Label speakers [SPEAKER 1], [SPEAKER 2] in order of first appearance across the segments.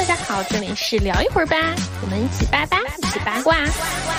[SPEAKER 1] 家好，这里是聊一会儿吧，我们一起八八，一起八卦。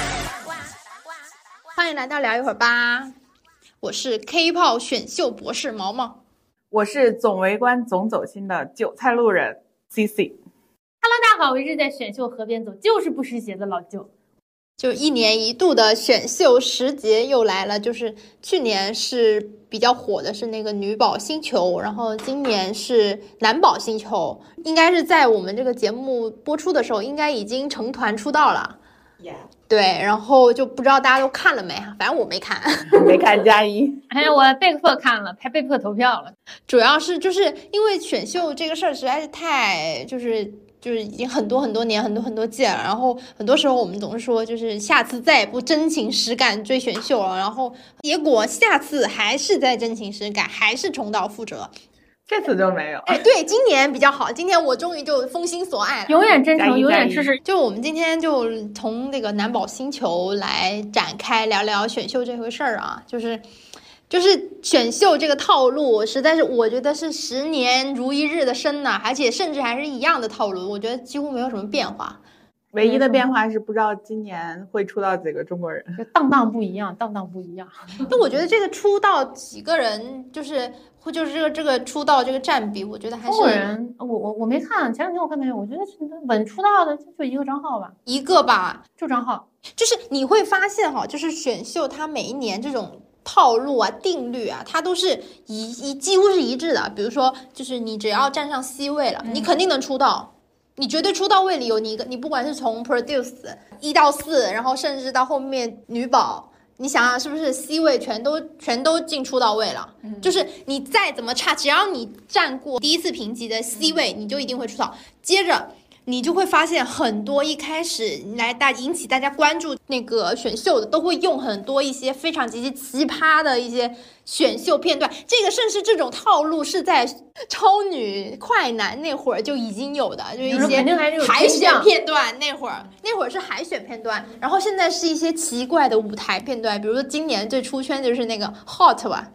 [SPEAKER 2] 欢迎来到聊一会儿吧，我是 K 炮选秀博士毛毛，
[SPEAKER 3] 我是总围观总走心的韭菜路人 CC。Hello，
[SPEAKER 4] 大家好，我是在选秀河边走，就是不湿鞋的老舅。
[SPEAKER 2] 就一年一度的选秀时节又来了，就是去年是比较火的是那个女宝星球，然后今年是男宝星球，应该是在我们这个节目播出的时候应该已经成团出道了。对，然后就不知道大家都看了没，反正我没看。
[SPEAKER 3] 没看加一。
[SPEAKER 4] 哎，我被迫看了，还被迫投票了。
[SPEAKER 2] 主要是就是因为选秀这个事儿实在是太就是已经很多年很多届了，然后很多时候我们总是说就是下次再也不真情实感追选秀了，然后结果下次还是在真情实感，还是重蹈覆辙。
[SPEAKER 3] 这次就没有。
[SPEAKER 2] 哎，对，今年比较好，今年我终于就封心所爱了，
[SPEAKER 4] 永远真诚，永远支持。
[SPEAKER 2] 就我们今天就从那个男宝星球来展开聊聊选秀这回事儿啊，就是选秀这个套路，实在是我觉得是10年如一日的深呐，而且甚至还是一样的套路，我觉得几乎没有什么变化。
[SPEAKER 3] 唯一的变化是不知道今年会出道几个中国人，
[SPEAKER 4] 就档不一样。
[SPEAKER 2] 那我觉得这个出道几个人，就是这个出道这个占比，我觉得还是
[SPEAKER 4] 中国人。我没看，前两天我看没有，我觉得稳出道的就一个张浩吧，
[SPEAKER 2] 一个吧，
[SPEAKER 4] 就张浩。
[SPEAKER 2] 就是你会发现哈，就是选秀它每一年这种套路啊、定律啊，它都是几乎是一致的。比如说，就是你只要站上 C 位了，你肯定能出道。你绝对出道位里有你一个，你不管是从 produce 1到4，然后甚至到后面女宝，你想想是不是 C 位全都进出道位了？就是你再怎么差，只要你站过第一次评级的 C 位，你就一定会出道。接着你就会发现很多一开始来引起大家关注那个选秀的，都会用很多一些非常极其奇葩的一些选秀片段。这个甚至这种套路是在超女快男那会儿就已经有的，就是一些海选片段。那会儿是海选片段，然后现在是一些奇怪的舞台片段，比如说今年最出圈就是那个 Hot 吧。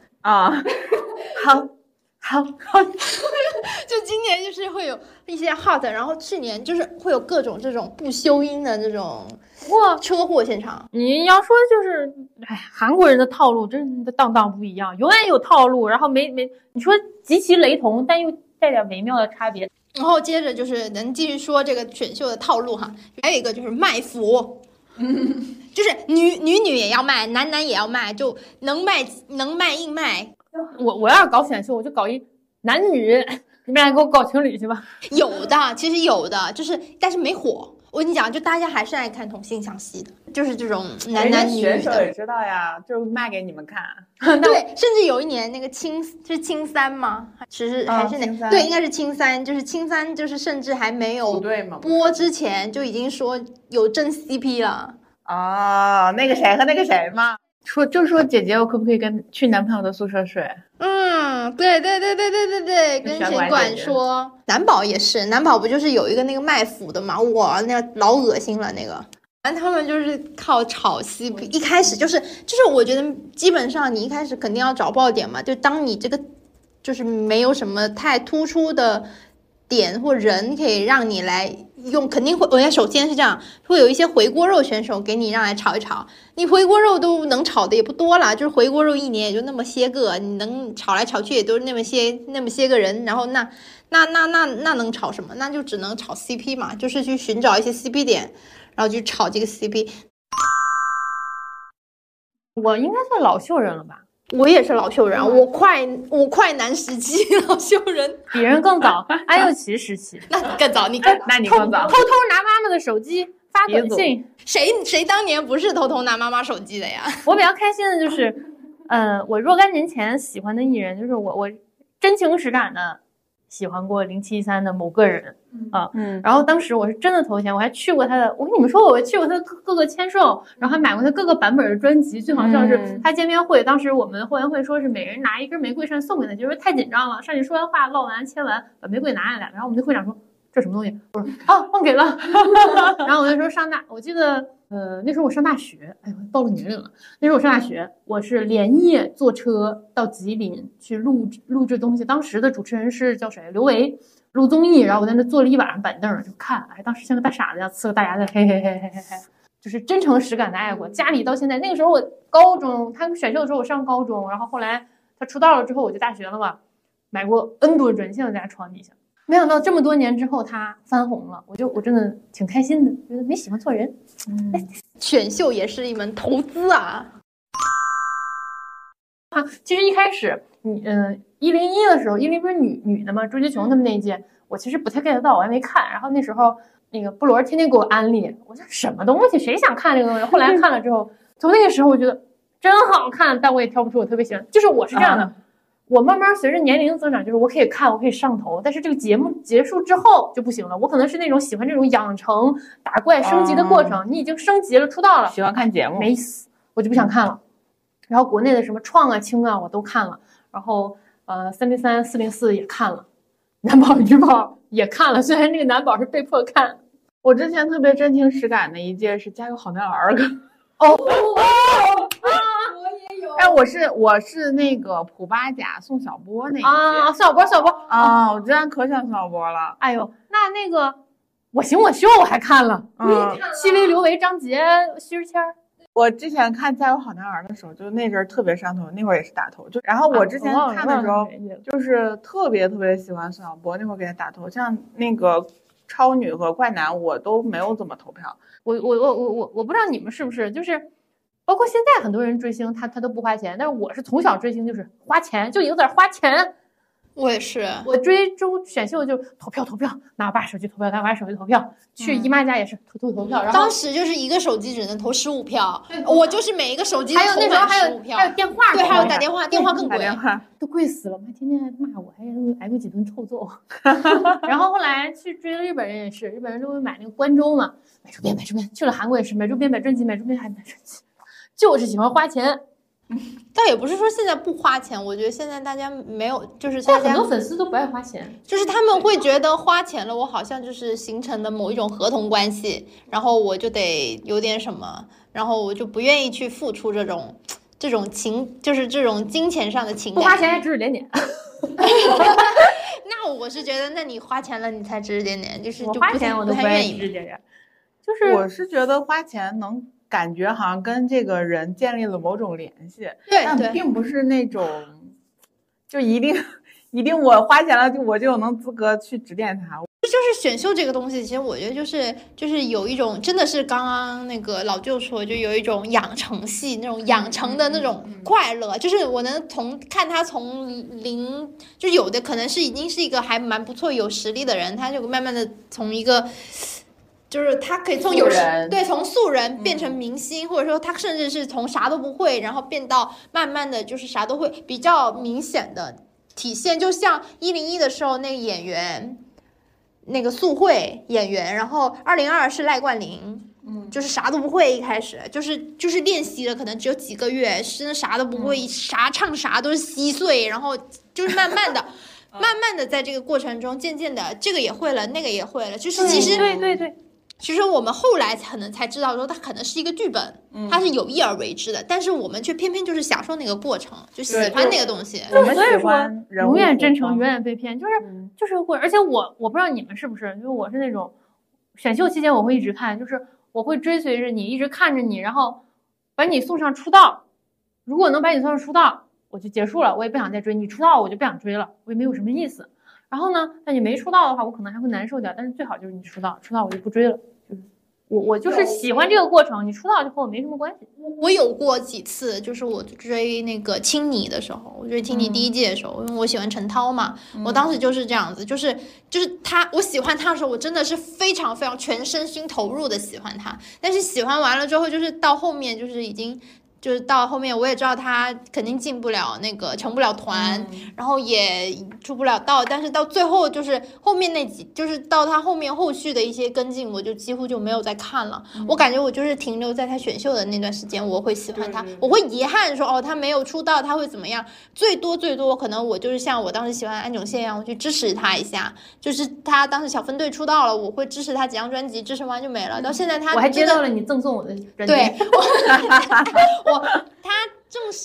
[SPEAKER 2] 好，就今年就是会有一些 hot， 然后去年就是会有各种这种不修音的这种车祸现场。
[SPEAKER 4] 你要说就是，韩国人的套路真的档不一样，永远有套路，然后你说极其雷同，但又带点微妙的差别。
[SPEAKER 2] 然后接着就是能继续说这个选秀的套路哈，还有一个就是卖腐。就是女也要卖，男也要卖，就能卖硬卖。
[SPEAKER 4] 我要是搞选秀，我就搞一男女，你们俩给我搞情侣去吧。
[SPEAKER 2] 有的，其实有的，就是但是没火。我跟你讲，就大家还是爱看同性相戏的，就是这种男女的。
[SPEAKER 3] 选手也知道呀，就是卖给你们看。
[SPEAKER 2] 对，甚至有一年那个是青三吗？其实还是对，应该是青三，就是青三，就是甚至还没有播之前就已经说有真 CP 了。
[SPEAKER 3] 哦，那个谁和那个谁吗？说姐姐，我可不可以去男朋友的宿舍睡？
[SPEAKER 2] 对，跟谁管说？男宝也是，男宝不就是有一个那个卖腐的嘛？哇，那老恶心了那个。他们就是靠炒 CP，一开始就是我觉得基本上你一开始肯定要找爆点嘛，就当你这个就是没有什么太突出的点或人可以让你来用，肯定会。我首先是这样，会有一些回锅肉选手给你让来炒一炒。你回锅肉都能炒的也不多了，就是回锅肉一年也就那么些个，你能炒来炒去也都是那么些个人，然后那能炒什么？那就只能炒 CP 嘛，就是去寻找一些 CP 点，然后去炒这个 CP。
[SPEAKER 4] 我应该算老秀人了吧？
[SPEAKER 2] 我也是老秀人，我快男时期老秀人，
[SPEAKER 4] 比人更早，安又琪时期。
[SPEAKER 2] 那你更早，
[SPEAKER 3] 那你更早，
[SPEAKER 4] 偷拿妈妈的手机发短信。
[SPEAKER 2] 谁当年不是偷偷拿妈妈手机的呀？
[SPEAKER 4] 我比较开心的就是，我若干年前喜欢的艺人，就是我真情实感的喜欢过073的某个人然后当时我是真的投钱，我还去过他的，我跟你们说，我去过他的各个签售，然后还买过他各个版本的专辑。最好笑是他见面会，当时我们后援会说是每人拿一根玫瑰上送给他，就是太紧张了，上去说完话唠完签完把玫瑰拿下来，然后我们那会长说这什么东西，我说忘给了然后我那时候我记得那时候我上大学，哎呦暴露年龄了。那时候我上大学，我是连夜坐车到吉林去录制东西。当时的主持人是叫谁？刘维。 录综艺，然后我在那坐了一晚上板凳就看，哎，当时像个大傻子一样呲个大牙的，嘿嘿嘿嘿嘿嘿，就是真诚实感的爱过。家里到现在，那个时候我高中，他选秀的时候我上高中，然后后来他出道了之后我就大学了嘛，买过 N 多专现在家床底下。没想到这么多年之后他翻红了，我真的挺开心的，觉得没喜欢错人。
[SPEAKER 2] 选秀也是一门投资啊。
[SPEAKER 4] 其实一开始101的时候，101不是女的嘛，周杰琼他们那一届，我其实不太 get 到，我还没看。然后那时候那个布罗天天给我安利，我说什么东西，谁想看这个东西？后来看了之后，从那个时候我觉得真好看，但我也挑不出我特别喜欢。就是我是这样的，我慢慢随着年龄增长，就是我可以看，我可以上头，但是这个节目结束之后就不行了。我可能是那种喜欢这种养成、打怪、升级的过程。你已经升级了，出道了，
[SPEAKER 3] 喜欢看节目，
[SPEAKER 4] 没死，我就不想看了。然后国内的什么创啊、青啊，我都看了。然后303、404也看了，男宝女宝也看了，虽然那个男宝是被迫看。
[SPEAKER 3] 我之前特别真情实感的一届是《加油好男儿》。
[SPEAKER 4] 哦，
[SPEAKER 2] 我也有。
[SPEAKER 3] 哎，我是那个普巴甲宋小波那一届
[SPEAKER 4] 啊，宋小波
[SPEAKER 3] 啊，我真的可喜欢宋小波了。
[SPEAKER 4] 哎呦，那个我行我秀我还看了，戚薇、刘维、张杰、薛之谦。
[SPEAKER 3] 我之前看《加油好男儿》的时候，就那阵儿特别上头，那会儿也是打头。然后我之前看的时候，就是特别特别喜欢宋小波，那会儿给他打头。像那个超女和怪男，我都没有怎么投票。
[SPEAKER 4] 我不知道你们是不是，就是包括现在很多人追星，他都不花钱，但是我是从小追星就是花钱，就有点花钱。
[SPEAKER 2] 我也是，
[SPEAKER 4] 我追选秀就投票，拿我爸手机投票，拿我爸手机投票，去姨妈家也是投票。然后
[SPEAKER 2] 当时就是一个手机只能投15票，我就是每一个手机
[SPEAKER 4] 还有那时候还有
[SPEAKER 2] 15票，
[SPEAKER 4] 还有电话，
[SPEAKER 2] 对，还有打电话，电话更贵，
[SPEAKER 4] 都贵死了，我还天天骂我，还挨过几顿臭揍。然后后来去追了日本人也是，日本人都会买那个关周嘛，买周边，去了韩国也是买周边买专辑，买周边还买专辑，就是喜欢花钱。
[SPEAKER 2] 倒也不是说现在不花钱，我觉得现在大家没有，就是
[SPEAKER 4] 现在很多粉丝都不爱花钱，
[SPEAKER 2] 就是他们会觉得花钱了，我好像就是形成了某一种合同关系，然后我就得有点什么，然后我就不愿意去付出这种情，就是这种金钱上的情感。
[SPEAKER 4] 不花钱还指指点点。
[SPEAKER 2] 那我是觉得，那你花钱了，你才指指点点，就是
[SPEAKER 4] 我花钱我都不愿意指指点点。就是
[SPEAKER 3] 我是觉得花钱能感觉好像跟这个人建立了某种联系，
[SPEAKER 2] 对，
[SPEAKER 3] 但并不是那种就一定我花钱了我就有能资格去指点他。
[SPEAKER 2] 就是选秀这个东西，其实我觉得就是有一种真的是刚刚那个老舅说，就有一种养成系那种养成的那种快乐，就是我能看他从零，就有的可能是已经是一个还蛮不错有实力的人，他就慢慢的从一个。就是他可以从从素人变成明星，或者说他甚至是从啥都不会，然后变到慢慢的就是啥都会，比较明显的体现。就像101的时候那个演员，那个素慧演员，然后202是赖冠霖，就是啥都不会，一开始就是练习了，可能只有几个月，真的啥都不会，啥唱啥都是稀碎，然后就是慢慢的。慢慢的在这个过程中，渐渐的这个也会了，那个也会了，就是其实
[SPEAKER 4] 对。
[SPEAKER 2] 其实我们后来可能才知道说，它可能是一个剧本，它是有意而为之的，但是我们却偏偏就是享受那个过程，就喜欢那个东西。
[SPEAKER 3] 我们
[SPEAKER 4] 所以说，永远真诚，永
[SPEAKER 3] 远
[SPEAKER 4] 远被骗，就是个过程。而且我不知道你们是不是，就是我是那种选秀期间我会一直看，就是我会追随着你，一直看着你，然后把你送上出道。如果能把你送上出道，我就结束了，我也不想再追你。出道我就不想追了，我也没有什么意思。然后呢，那你没出道的话，我可能还会难受点，但是最好就是你出道我就不追了。我就是喜欢这个过程，你出道就和我没什么关系。
[SPEAKER 2] 我有过几次，就是我追那个青你的时候，我追青你第一季的时候，因为我喜欢陈涛嘛，我当时就是这样子，就是他，我喜欢他的时候，我真的是非常非常全身心投入的喜欢他，但是喜欢完了之后，就是到后面就是已经。就是到后面我也知道他肯定进不了那个成不了团，然后也出不了道，但是到最后就是后面那几，就是到他后续的一些跟进，我就几乎就没有再看了。我感觉我就是停留在他选秀的那段时间，我会喜欢他，我会遗憾说他没有出道他会怎么样，最多可能我就是像我当时喜欢安炯宪一样，我去支持他一下，就是他当时小分队出道了，我会支持他几张专辑，支持完就没了。到现在他
[SPEAKER 4] 我还接到了你赠送我的专辑，
[SPEAKER 2] 对。他正式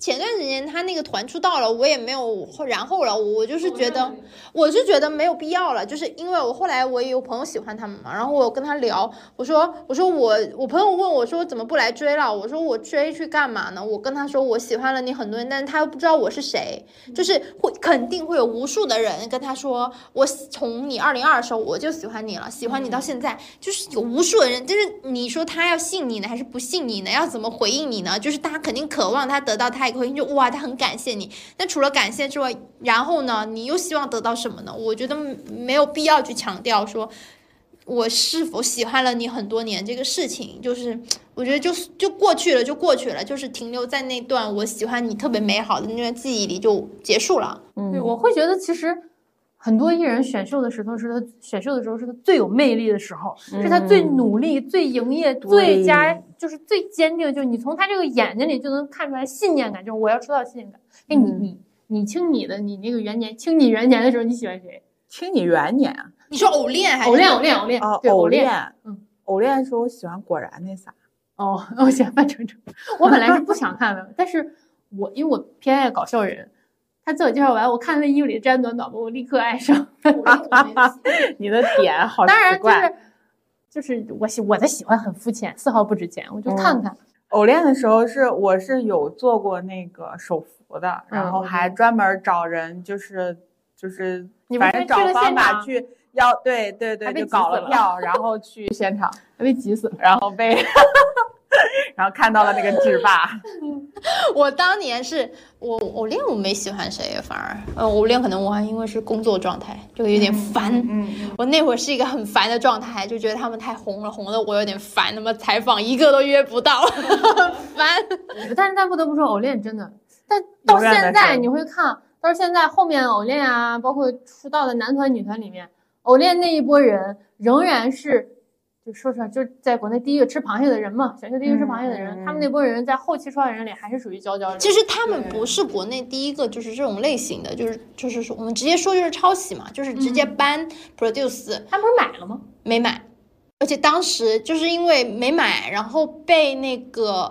[SPEAKER 2] 前段时间他那个团出道了，我也没有然后了，我就是觉得没有必要了，就是因为后来我也有朋友喜欢他们嘛，然后我跟他聊，我说我朋友问我说怎么不来追了，我说我追去干嘛呢？我跟他说我喜欢了你很多年，但是他又不知道我是谁，就是肯定会有无数的人跟他说我从你2022的时候我就喜欢你了，喜欢你到现在，就是有无数的人，就是你说他要信你呢还是不信你呢？要怎么回应你呢？就是他肯定渴望他得到他一个回应，就哇他很感谢你，但除了感谢之外，然后呢你又希望得到什么呢？我觉得没有必要去强调说我是否喜欢了你很多年这个事情，就是我觉得就过去了就过去了，就是停留在那段我喜欢你特别美好的那段记忆里就结束了。
[SPEAKER 4] 对，我会觉得其实很多艺人选秀的时候是他最有魅力的时候，是他最努力、最营业、最加就是最坚定，就是你从他这个眼睛里就能看出来信念感，就是我要出道信念感。哎，你清你的，你那个元年清你元年的时候，你喜欢谁？
[SPEAKER 3] 清你元年？
[SPEAKER 2] 你说偶练还是
[SPEAKER 4] 偶练？
[SPEAKER 3] 哦，
[SPEAKER 4] 对，偶
[SPEAKER 3] 练。
[SPEAKER 4] 偶
[SPEAKER 3] 练的时候我喜欢果然那仨。
[SPEAKER 4] 哦，我喜欢范丞丞。我本来是不想看的，但是因为我偏爱搞笑人。他自我介绍完，我看那衣服里沾暖暖吧，我立刻爱上。
[SPEAKER 3] 你的点好奇怪。
[SPEAKER 4] 当然就是我的喜欢很肤浅，丝毫不值钱，我就看看。
[SPEAKER 3] 偶练的时候我是有做过那个手幅的，然后还专门找人就是反正找方法去对，就搞了票，然后去现场
[SPEAKER 4] 还被急死了，
[SPEAKER 3] 然后然后看到了那个制霸。
[SPEAKER 2] 我当年是我偶练我没喜欢谁，反而偶练可能我还因为是工作状态就有点烦。我那会儿是一个很烦的状态，就觉得他们太红了我有点烦，那么采访一个都约不到，很烦。
[SPEAKER 4] 但不得不说偶练真的，但到现在你会看，到现在后面偶练啊，包括出道的男团女团里面，偶练那一波人仍然是。就说出来，就是在国内第一个吃螃蟹的人嘛，选秀第一个吃螃蟹的人，他们那波人在后期出来的人里还是属于佼佼者。
[SPEAKER 2] 其实他们不是国内第一个就是这种类型的，就是说我们直接说就是抄袭嘛，就是直接搬 produce。
[SPEAKER 4] 他不是买了吗？
[SPEAKER 2] 没买，而且当时就是因为没买，然后被那个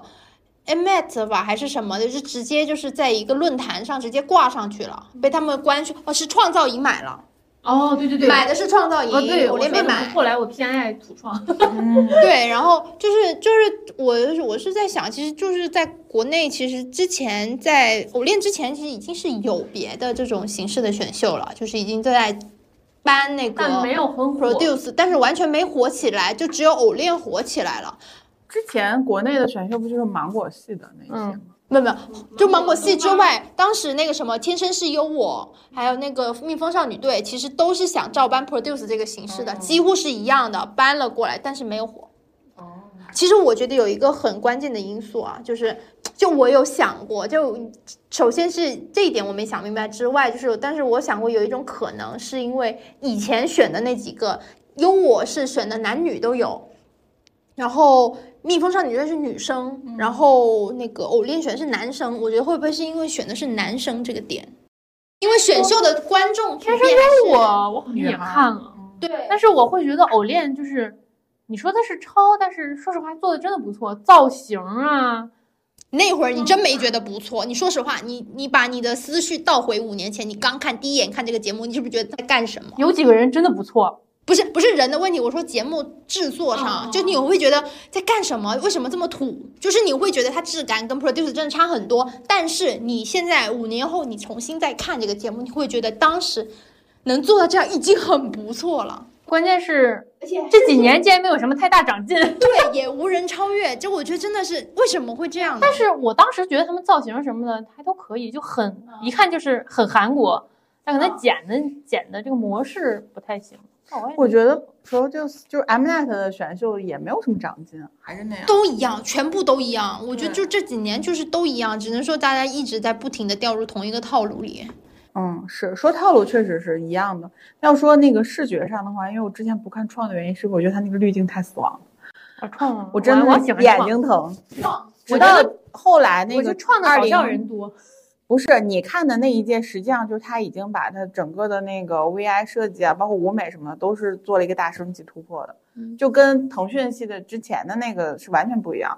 [SPEAKER 2] Mnet 吧还是什么的，就直接就是在一个论坛上直接挂上去了，被他们关去。是创造营买了。
[SPEAKER 4] 哦，对，
[SPEAKER 2] 买的是创造营，
[SPEAKER 4] 对，
[SPEAKER 2] 我连没买。
[SPEAKER 4] 后来我偏爱土创。
[SPEAKER 2] 对，然后就是我是在想，其实就是在国内，其实之前在偶练之前，其实已经是有别的这种形式的选秀了，就是已经在搬那个，
[SPEAKER 4] 但没有很火
[SPEAKER 2] produce， 但是完全没火起来，就只有偶练火起来了。
[SPEAKER 3] 之前国内的选秀不就是芒果系的那些吗？
[SPEAKER 2] 没有，就芒果系之外，当时那个什么天生是有我，还有那个蜜蜂少女队，其实都是想照搬 produce 这个形式的，几乎是一样的，搬了过来，但是没有火。其实我觉得有一个很关键的因素啊，就我有想过，就首先是这一点我没想明白之外，但是我想过有一种可能是因为以前选的那几个有我是选的男女都有，然后蜜蜂少女队是女生，然后那个偶练选的是男生，我觉得会不会是因为选的是男生这个点？因为选秀的观众
[SPEAKER 4] 天生有我好像也看了，
[SPEAKER 2] 对，
[SPEAKER 4] 但是我会觉得偶练就是你说的是抄，但是说实话做的真的不错，造型啊。
[SPEAKER 2] 那会儿你真没觉得不错，你说实话，你把你的思绪倒回5年前，你刚看第一眼看这个节目，你是不是觉得在干什么？
[SPEAKER 4] 有几个人真的不错。
[SPEAKER 2] 不是人的问题，我说节目制作上，就你会觉得在干什么？为什么这么土？就是你会觉得它质感跟 produce 真的差很多。但是你现在5年后，你重新再看这个节目，你会觉得当时能做到这样已经很不错了。
[SPEAKER 4] 关键是，而且这几年竟然没有什么太大长进，
[SPEAKER 2] 对，也无人超越。就我觉得真的是为什么会这样呢？
[SPEAKER 4] 但是我当时觉得他们造型什么的还都可以，就很一看就是很韩国，但可能剪的这个模式不太行。
[SPEAKER 3] 我觉得 produce 就是 Mnet 的选秀也没有什么长进，还是那样，
[SPEAKER 2] 都一样，全部都一样。我觉得就这几年就是都一样，只能说大家一直在不停的掉入同一个套路里。
[SPEAKER 3] 是说套路确实是一样的。要说那个视觉上的话，因为我之前不看创的原因是我觉得它那个滤镜太死亡了。
[SPEAKER 4] 创
[SPEAKER 3] 我真的眼睛疼。直到后来那个
[SPEAKER 4] 创的搞笑人多。
[SPEAKER 3] 不是你看的那一届，实际上就是他已经把他整个的那个 VI 设计啊，包括舞美什么的，都是做了一个大升级突破的，就跟腾讯系的之前的那个是完全不一样的。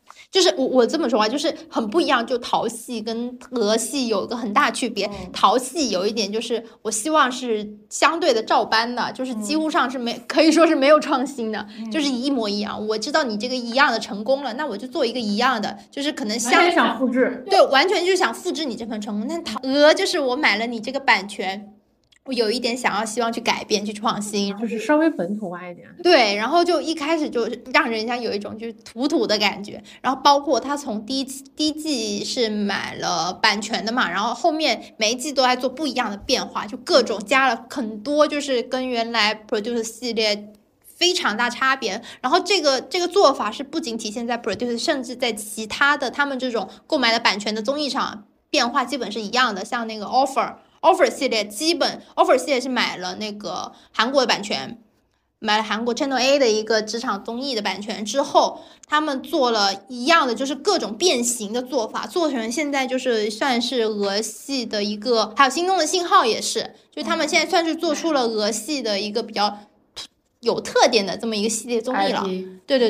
[SPEAKER 2] 就是我这么说啊，就是很不一样。就桃系跟俄系有一个很大区别，桃系有一点就是我希望是相对的照搬的，就是几乎上是可以说是没有创新的，就是一模一样。我知道你这个一样的成功了，那我就做一个一样的，就是可能
[SPEAKER 4] 想复制，
[SPEAKER 2] 对，完全就是想复制你这份成功。那俄就是我买了你这个版权。我有一点希望去改变去创新，
[SPEAKER 4] 就是稍微本土化一点。
[SPEAKER 2] 对，然后就一开始就让人家有一种就是土的感觉，然后包括他从第一季是买了版权的嘛，然后后面每一季都在做不一样的变化，就各种加了很多，就是跟原来 Produce 系列非常大差别。然后这个做法是不仅体现在 Produce， 甚至在其他的他们这种购买的版权的综艺上变化基本是一样的，像那个 Offer 系列Offer 系列是买了那个韩国的版权，买了韩国 Channel A 的一个职场综艺的版权之后，他们做了一样的，就是各种变形的做法，做成现在就是算是俄系的一个，还有心动的信号也是，就他们现在算是做出了俄系的一个比较有特点的这么一个系列综艺了。对。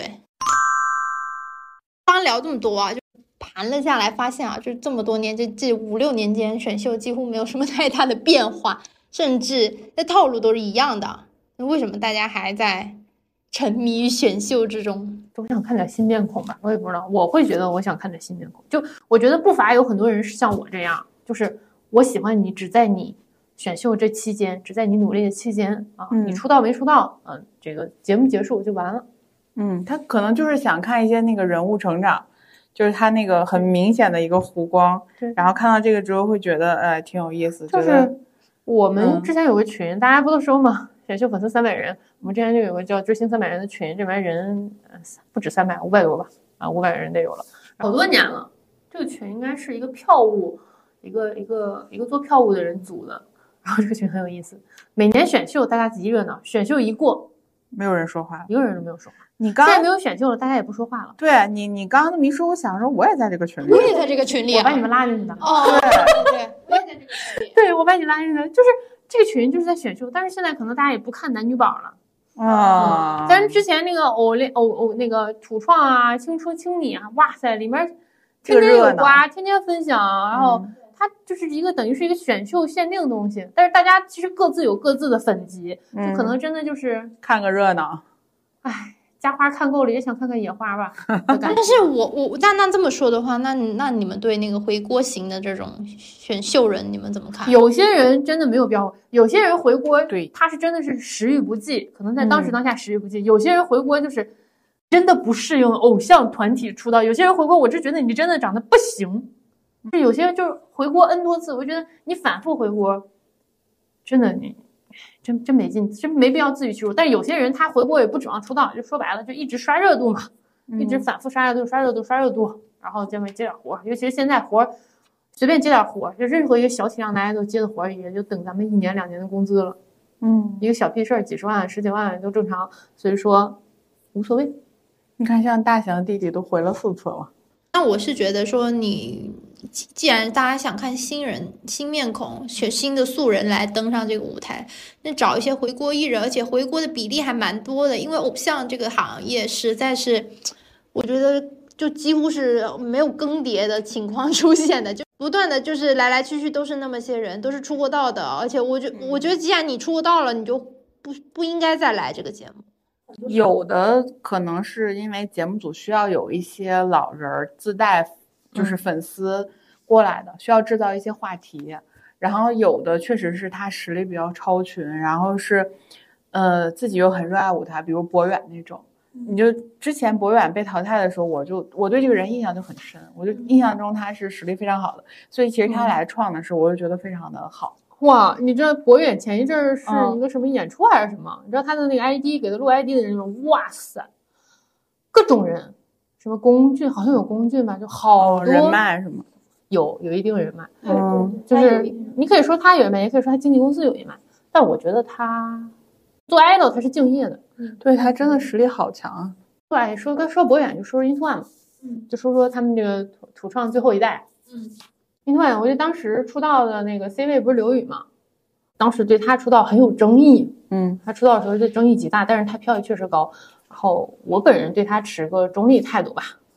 [SPEAKER 2] 刚刚聊这么多啊，就盘了下来发现啊，就这么多年，这5-6年间选秀几乎没有什么太大的变化，甚至那套路都是一样的。那为什么大家还在沉迷于选秀之中？
[SPEAKER 4] 都想看点新面孔吧，我也不知道，我会觉得我想看点新面孔。就我觉得不乏有很多人是像我这样，就是我喜欢你，只在你选秀这期间，只在你努力的期间啊，你出道没出道，这个节目结束就完了。
[SPEAKER 3] 他可能就是想看一些那个人物成长。就是他那个很明显的一个弧光，然后看到这个之后会觉得挺有意思。
[SPEAKER 4] 就是我们之前有个群，大家不都说嘛，选秀粉丝300人，我们之前就有个叫追星300人的群，这边人不止300，500多吧，500人得有了，好多年了。这个群应该是一个票务，一个做票务的人组的，然后这个群很有意思。每年选秀大家极热闹，选秀一过，
[SPEAKER 3] 没有人说话，
[SPEAKER 4] 一个人都没有说话。
[SPEAKER 3] 现
[SPEAKER 4] 在没有选秀了，大家也不说话了。
[SPEAKER 3] 对你刚刚那么一说，我想说我也在这个群里，
[SPEAKER 2] 我也在这个群里，
[SPEAKER 4] 我把你们拉进去的。
[SPEAKER 2] 对，我也在这个群里。
[SPEAKER 4] 对，我把你拉进去的，就是这个群就是在选秀，但是现在可能大家也不看男女榜了。咱之前那个那个土创啊、青春青你啊，哇塞，里面天天有瓜，天天分享，然后它就是一个等于是一个选秀限定的东西，但是大家其实各自有各自的粉级，就可能真的就是
[SPEAKER 3] 看个热闹。
[SPEAKER 4] 唉。家花看够了，也想看看野花吧。
[SPEAKER 2] 但是我那这么说的话，那你们对那个回锅型的这种选秀人，你们怎么看？
[SPEAKER 4] 有些人真的没有标，有些人回锅，对，他是真的是时运不济，可能在当时当下时运不济。有些人回锅就是真的不适应偶像团体出道，有些人回锅，我就觉得你真的长得不行。有些人就是回锅 N 多次，我觉得你反复回锅，真的你。真没劲，真没必要自取其辱。但是有些人他回锅也不指望出道，就说白了就一直刷热度嘛，一直反复刷热度，然后接点活。尤其是现在活随便接点活，就任何一个小体量大家都接的活，也就等咱们1年2年的工资了。一个小屁事儿几十万、10几万都正常，所以说无所谓。
[SPEAKER 3] 你看，像大祥弟弟都回了4次了。
[SPEAKER 2] 那我是觉得说你。既然大家想看新人、新面孔、选新的素人来登上这个舞台，那找一些回锅艺人，而且回锅的比例还蛮多的。因为偶像这个行业实在是，我觉得就几乎是没有更迭的情况出现的，就不断的就是来来去去都是那么些人，都是出过道的。而且我觉得既然你出过道了，你就不应该再来这个节目。
[SPEAKER 3] 有的可能是因为节目组需要有一些老人自带。就是粉丝过来的，需要制造一些话题，然后有的确实是他实力比较超群，然后是自己又很热爱舞台，比如博远那种。你就之前博远被淘汰的时候，我对这个人印象就很深，我就印象中他是实力非常好的，所以其实他来创的时候，我就觉得非常的好。
[SPEAKER 4] 哇，你知道博远前一阵是一个什么演出还是什么？你知道他的那个 ID 给他录 ID 的人，哇塞，各种人。什么龚俊，好像有龚俊吧，就好多
[SPEAKER 3] 人脉是吗？
[SPEAKER 4] 有一定人脉，就是你可以说他有人脉，也可以说他经纪公司有人脉，但我觉得他做 idol 他是敬业的，
[SPEAKER 3] 对他真的实力好强。
[SPEAKER 4] 对，说博远就说 Into1 嘛，就说他们这个土创最后一代，Into1，我觉得当时出道的那个 C 位不是刘宇嘛，当时对他出道很有争议，他出道的时候就争议极大，但是他票也确实高。然后我本人对他持个中立态度吧，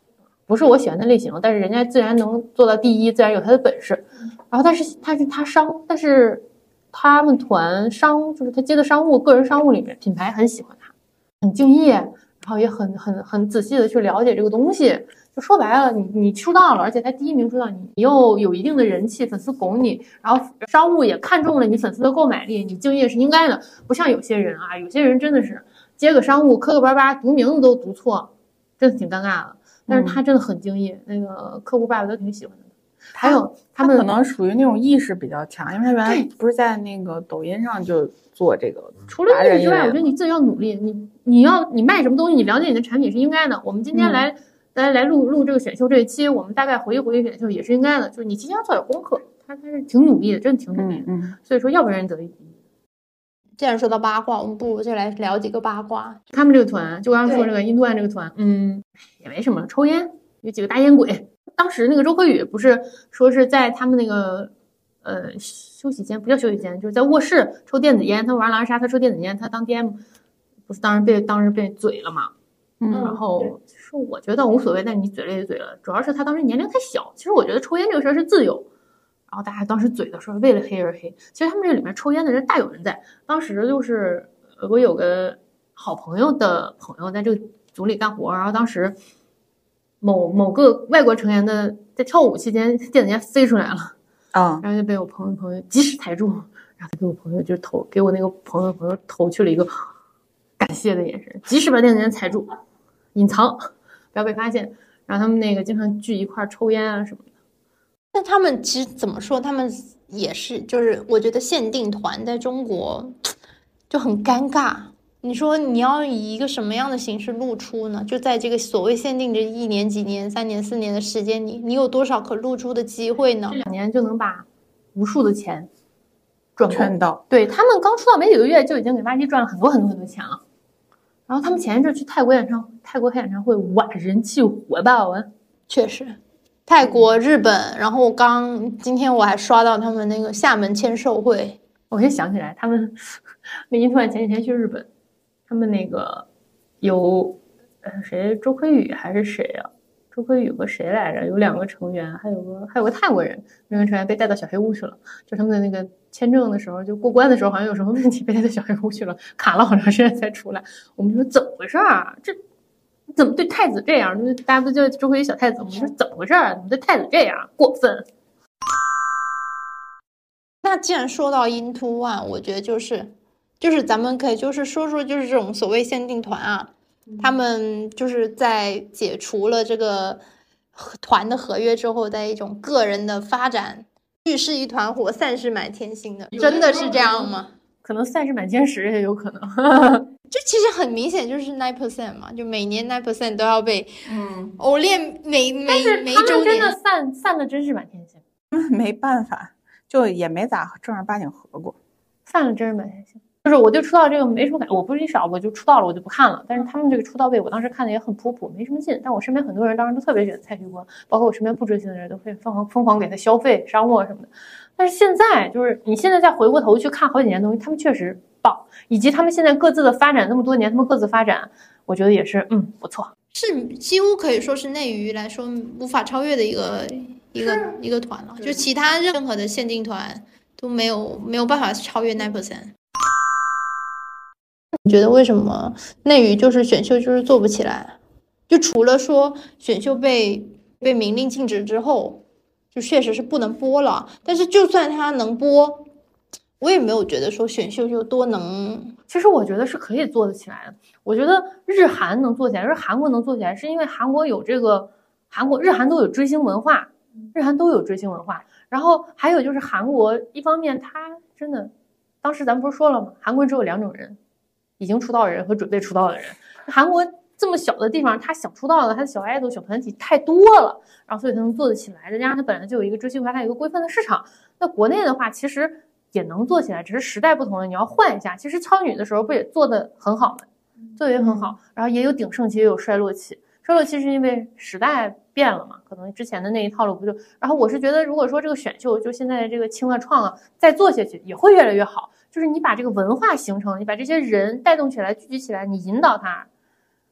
[SPEAKER 4] 不是我喜欢的类型，但是人家自然能做到第一，自然有他的本事。然后但是他商，但是他们团商就是他接的商务，个人商务里面品牌很喜欢他，很敬业，然后也很仔细的去了解这个东西。就说白了，你出道了，而且他第一名出道，你又有一定的人气，粉丝拱你，然后商务也看中了你粉丝的购买力，你敬业是应该的。不像有些人啊，有些人真的是接个商务磕磕巴巴，读名字都读错，真的挺尴尬的。但是他真的很敬业，那个客户爸爸都挺喜欢的。还有他们
[SPEAKER 3] 可能属于那种意识比较强，因为他原来不是在那个抖音上就做这个。
[SPEAKER 4] 除了意识之外，我觉得你自己要努力，你卖什么东西，你了解你的产品是应该的。我们今天来录这个选秀这一期，我们大概回忆选秀也是应该的，就是你提前要做点功课。他是挺努力的，真的挺努力的。所以说，要不然人得第一。
[SPEAKER 2] 既然说到八卦，我们不如就来聊几个八卦。
[SPEAKER 4] 他们这个团，就刚刚说这个印度岸这个团，也没什么，抽烟，有几个大烟鬼。当时那个周柯宇不是说是在他们那个休息间，不叫休息间，就是在卧室抽电子烟。他玩狼人杀，他抽电子烟，他当 DM 不是当时被嘴了嘛？然后说我觉得无所谓，但你嘴了也嘴了，主要是他当时年龄太小。其实我觉得抽烟这个事儿是自由。然后大家当时嘴的说为了黑而黑，其实他们这里面抽烟的人大有人在。当时就是我有个好朋友的朋友在这个组里干活，然后当时某个外国成员的在跳舞期间电子烟飞出来了然后就被我朋友及时抬住，然后给我朋友就给我那个朋友投去了一个感谢的眼神，及时把电子烟踩住，隐藏不要被发现。然后他们那个经常聚一块抽烟啊什么的。
[SPEAKER 2] 但他们其实怎么说，他们也是，就是我觉得限定团在中国就很尴尬。你说你要以一个什么样的形式露出呢？就在这个所谓限定的1年、几年、3年、4年的时间里，你有多少可露出的机会呢？
[SPEAKER 4] 这2年就能把无数的钱赚
[SPEAKER 3] 到。
[SPEAKER 4] 对，他们刚出道没几个月就已经给垃圾赚了很多钱了。然后他们前一阵去泰国开演唱会，哇，人气火爆啊！
[SPEAKER 2] 确实。泰国、日本，然后今天我还刷到他们那个厦门签售会，
[SPEAKER 4] 我就想起来他们那印突然前几天去日本，他们那个有谁周柯宇还是谁啊？周柯宇和谁来着？有2个成员，还有个泰国人，那个成员被带到小黑屋去了。就他们的那个签证的时候，就过关的时候好像有什么问题，被带到小黑屋去了，卡了好长时间才出来。我们说怎么回事啊？这怎么对太子这样？大家不叫周柯宇小太子？我们说怎么回事？怎么对太子这样？过分！
[SPEAKER 2] 那既然说到 Into One， 我觉得就是咱们可以就是说就是这种所谓限定团啊，他们就是在解除了这个团的合约之后，在一种个人的发展，聚是一团火，散是满天星的，真的是这样吗？
[SPEAKER 4] 可能散是满天石也有可能。
[SPEAKER 2] 就其实很明显就是 9% 嘛，就每年 9% 都要被偶练每周年。
[SPEAKER 4] 但是他们真的散的真是满天星。
[SPEAKER 3] 没办法，就也没咋正儿八经合过。
[SPEAKER 4] 散了真是满天星。就是我对出道这个没什么感觉，我不是一少我就出道了我就不看了。但是他们这个出道位我当时看的也很普，没什么劲。但我身边很多人当时都特别喜欢蔡徐坤，包括我身边不追星的人都会疯狂给他消费商务什么的。但是现在就是你现在再回过头去看好几年的东西，他们确实棒，以及他们现在各自的发展那么多年，他们各自发展，我觉得也是不错，
[SPEAKER 2] 是几乎可以说是内娱来说无法超越的一个团了。就其他任何的限定团都没有办法超越 9%。你觉得为什么内娱就是选秀就是做不起来？就除了说选秀被明令禁止之后，就确实是不能播了。但是就算它能播，我也没有觉得说选秀就多能。
[SPEAKER 4] 其实我觉得是可以做得起来的。我觉得日韩能做起来，就是韩国能做起来，是因为韩国有这个日韩都有追星文化，然后还有就是韩国一方面他真的，当时咱们不是说了吗？韩国只有2种人。已经出道的人和准备出道的人，韩国这么小的地方，他想出道的，他的小爱豆、小团体太多了，然后所以他能做得起来。再加上他本来就有一个追星文化，他有一个规范的市场。那国内的话，其实也能做起来，只是时代不同了，你要换一下。其实超女的时候不也做得很好吗？做得也很好，然后也有鼎盛期，也有衰落期。衰落期是因为时代变了嘛，可能之前的那一套路不就。然后我是觉得，如果说这个选秀就现在的这个青啊创啊再做下去，也会越来越好。就是你把这个文化形成，你把这些人带动起来、聚集起来，你引导他，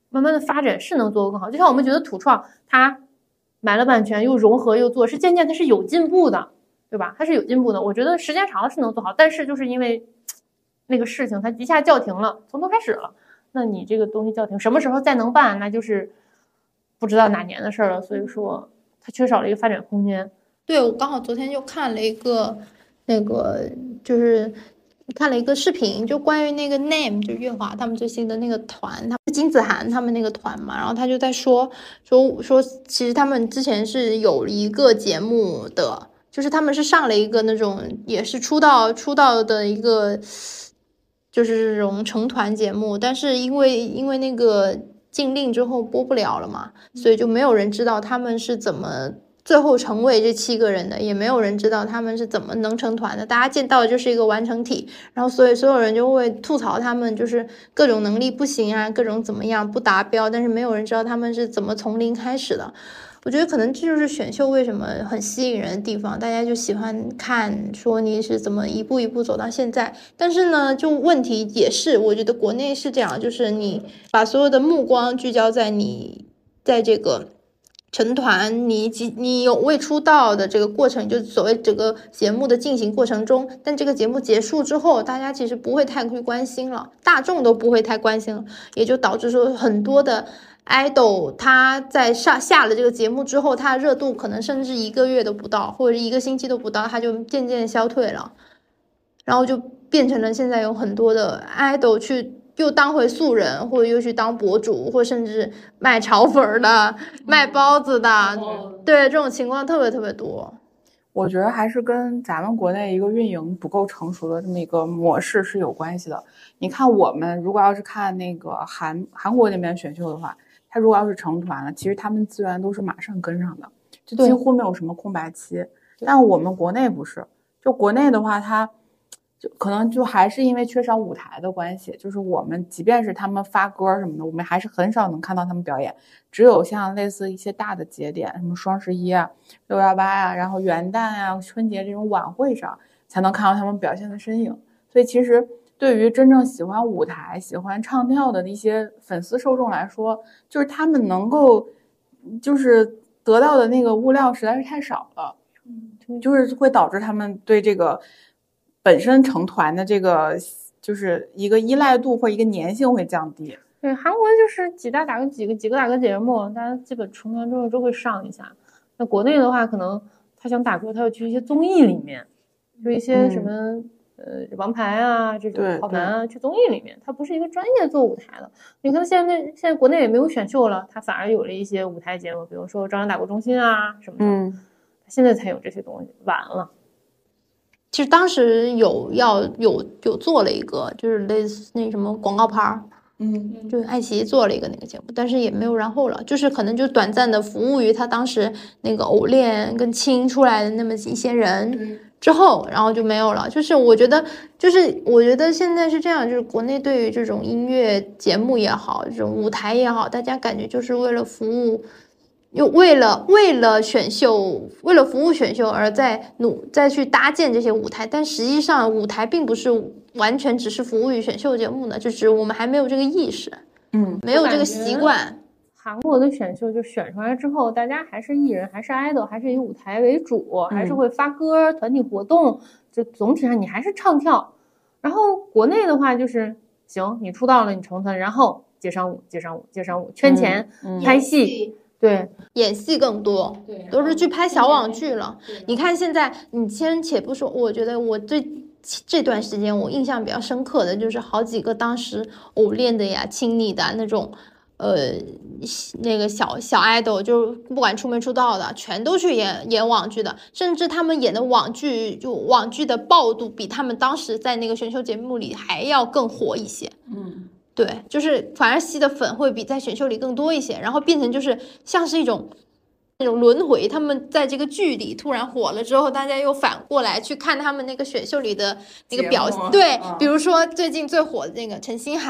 [SPEAKER 4] 慢慢的发展是能做得更好。就像我们觉得土创它买了版权又融合又做，是渐渐它是有进步的，对吧？它是有进步的。我觉得时间长了是能做好，但是就是因为那个事情它一下叫停了，从头开始了，那你这个东西叫停，什么时候再能办，那就是不知道哪年的事了。所以说它缺少了一个发展空间。
[SPEAKER 2] 对，我刚好昨天就看了一个就是看了一个视频，就关于那个 Name 就月华他们最新的那个团，他们金子涵他们那个团嘛，然后他就在说，其实他们之前是有一个节目的，就是他们是上了一个那种也是出道的一个就是这种成团节目，但是因为那个禁令之后播不了了嘛，所以就没有人知道他们是怎么最后成为这7个人的，也没有人知道他们是怎么能成团的。大家见到的就是一个完成体，然后所以所有人就会吐槽他们就是各种能力不行啊，各种怎么样不达标，但是没有人知道他们是怎么从零开始的。我觉得可能这就是选秀为什么很吸引人的地方，大家就喜欢看说你是怎么一步一步走到现在。但是呢，就问题也是，我觉得国内是这样，就是你把所有的目光聚焦在你在这个成团，你有未出道的这个过程，就所谓这个节目的进行过程中，但这个节目结束之后，大家其实不会太去关心了，大众都不会太关心了，也就导致说很多的idol 他在下了这个节目之后，他的热度可能甚至1个月都不到，或者1个星期都不到，他就渐渐消退了，然后就变成了现在有很多的 idol 去又当回素人，或者又去当博主，或甚至卖炒粉的、卖包子的，对，这种情况特别特别多。
[SPEAKER 3] 我觉得还是跟咱们国内一个运营不够成熟的这么一个模式是有关系的。你看我们如果要是看那个韩国那边选秀的话，他如果要是成团了，其实他们资源都是马上跟上的，就几乎没有什么空白期。但我们国内不是，就国内的话，它就可能就还是因为缺少舞台的关系，就是我们即便是他们发歌什么的，我们还是很少能看到他们表演，只有像类似一些大的节点，什么双11啊、618啊，然后元旦啊、春节这种晚会上才能看到他们表现的身影。所以其实对于真正喜欢舞台、喜欢唱跳的一些粉丝受众来说，就是他们能够就是得到的那个物料实在是太少了，就是会导致他们对这个本身成团的这个就是一个依赖度或一个粘性会降低。
[SPEAKER 4] 对，韩国就是几个打个节目，大家基本成团之后都会上一下。那国内的话，可能他想打歌，他要去一些综艺里面，就一些什么王牌啊这种跑男啊，去综艺里面，他不是一个专业做舞台的。你看现在国内也没有选秀了，他反而有了一些舞台节目，比如说朝阳打歌中心啊什么的，现在才有这些东西，晚了。
[SPEAKER 2] 其实当时有做了一个，就是类似那什么广告牌，就是爱奇艺做了一个那个节目，但是也没有然后了，就是可能就短暂的服务于他当时那个偶练跟青出来的那么一些人之后，然后就没有了。就是我觉得现在是这样，就是国内对于这种音乐节目也好，这种舞台也好，大家感觉就是为了服务。又为了选秀，为了服务选秀而再去搭建这些舞台，但实际上舞台并不是完全只是服务于选秀节目的，就是我们还没有这个意识，没有这个习惯。
[SPEAKER 4] 韩国的选秀就选出来之后，大家还是艺人，还是 idol， 还是以舞台为主，还是会发歌、团体活动，就总体上你还是唱跳。然后国内的话就是行，你出道了，你成团，然后接上舞，圈钱、拍戏。对，
[SPEAKER 2] 演戏更多，都是去拍小网剧了。你看现在，你先且不说，我觉得我这段时间我印象比较深刻的就是好几个当时偶练的呀、亲昵的那种，那个小 idol， 就是不管出没出道的，全都去演网剧的，甚至他们演的网剧的爆度比他们当时在那个选秀节目里还要更火一些。对，就是反而吸的粉会比在选秀里更多一些，然后变成就是像是一种那种轮回，他们在这个剧里突然火了之后，大家又反过来去看他们那个选秀里的那个表现。对，比如说最近最火的那个陈星海，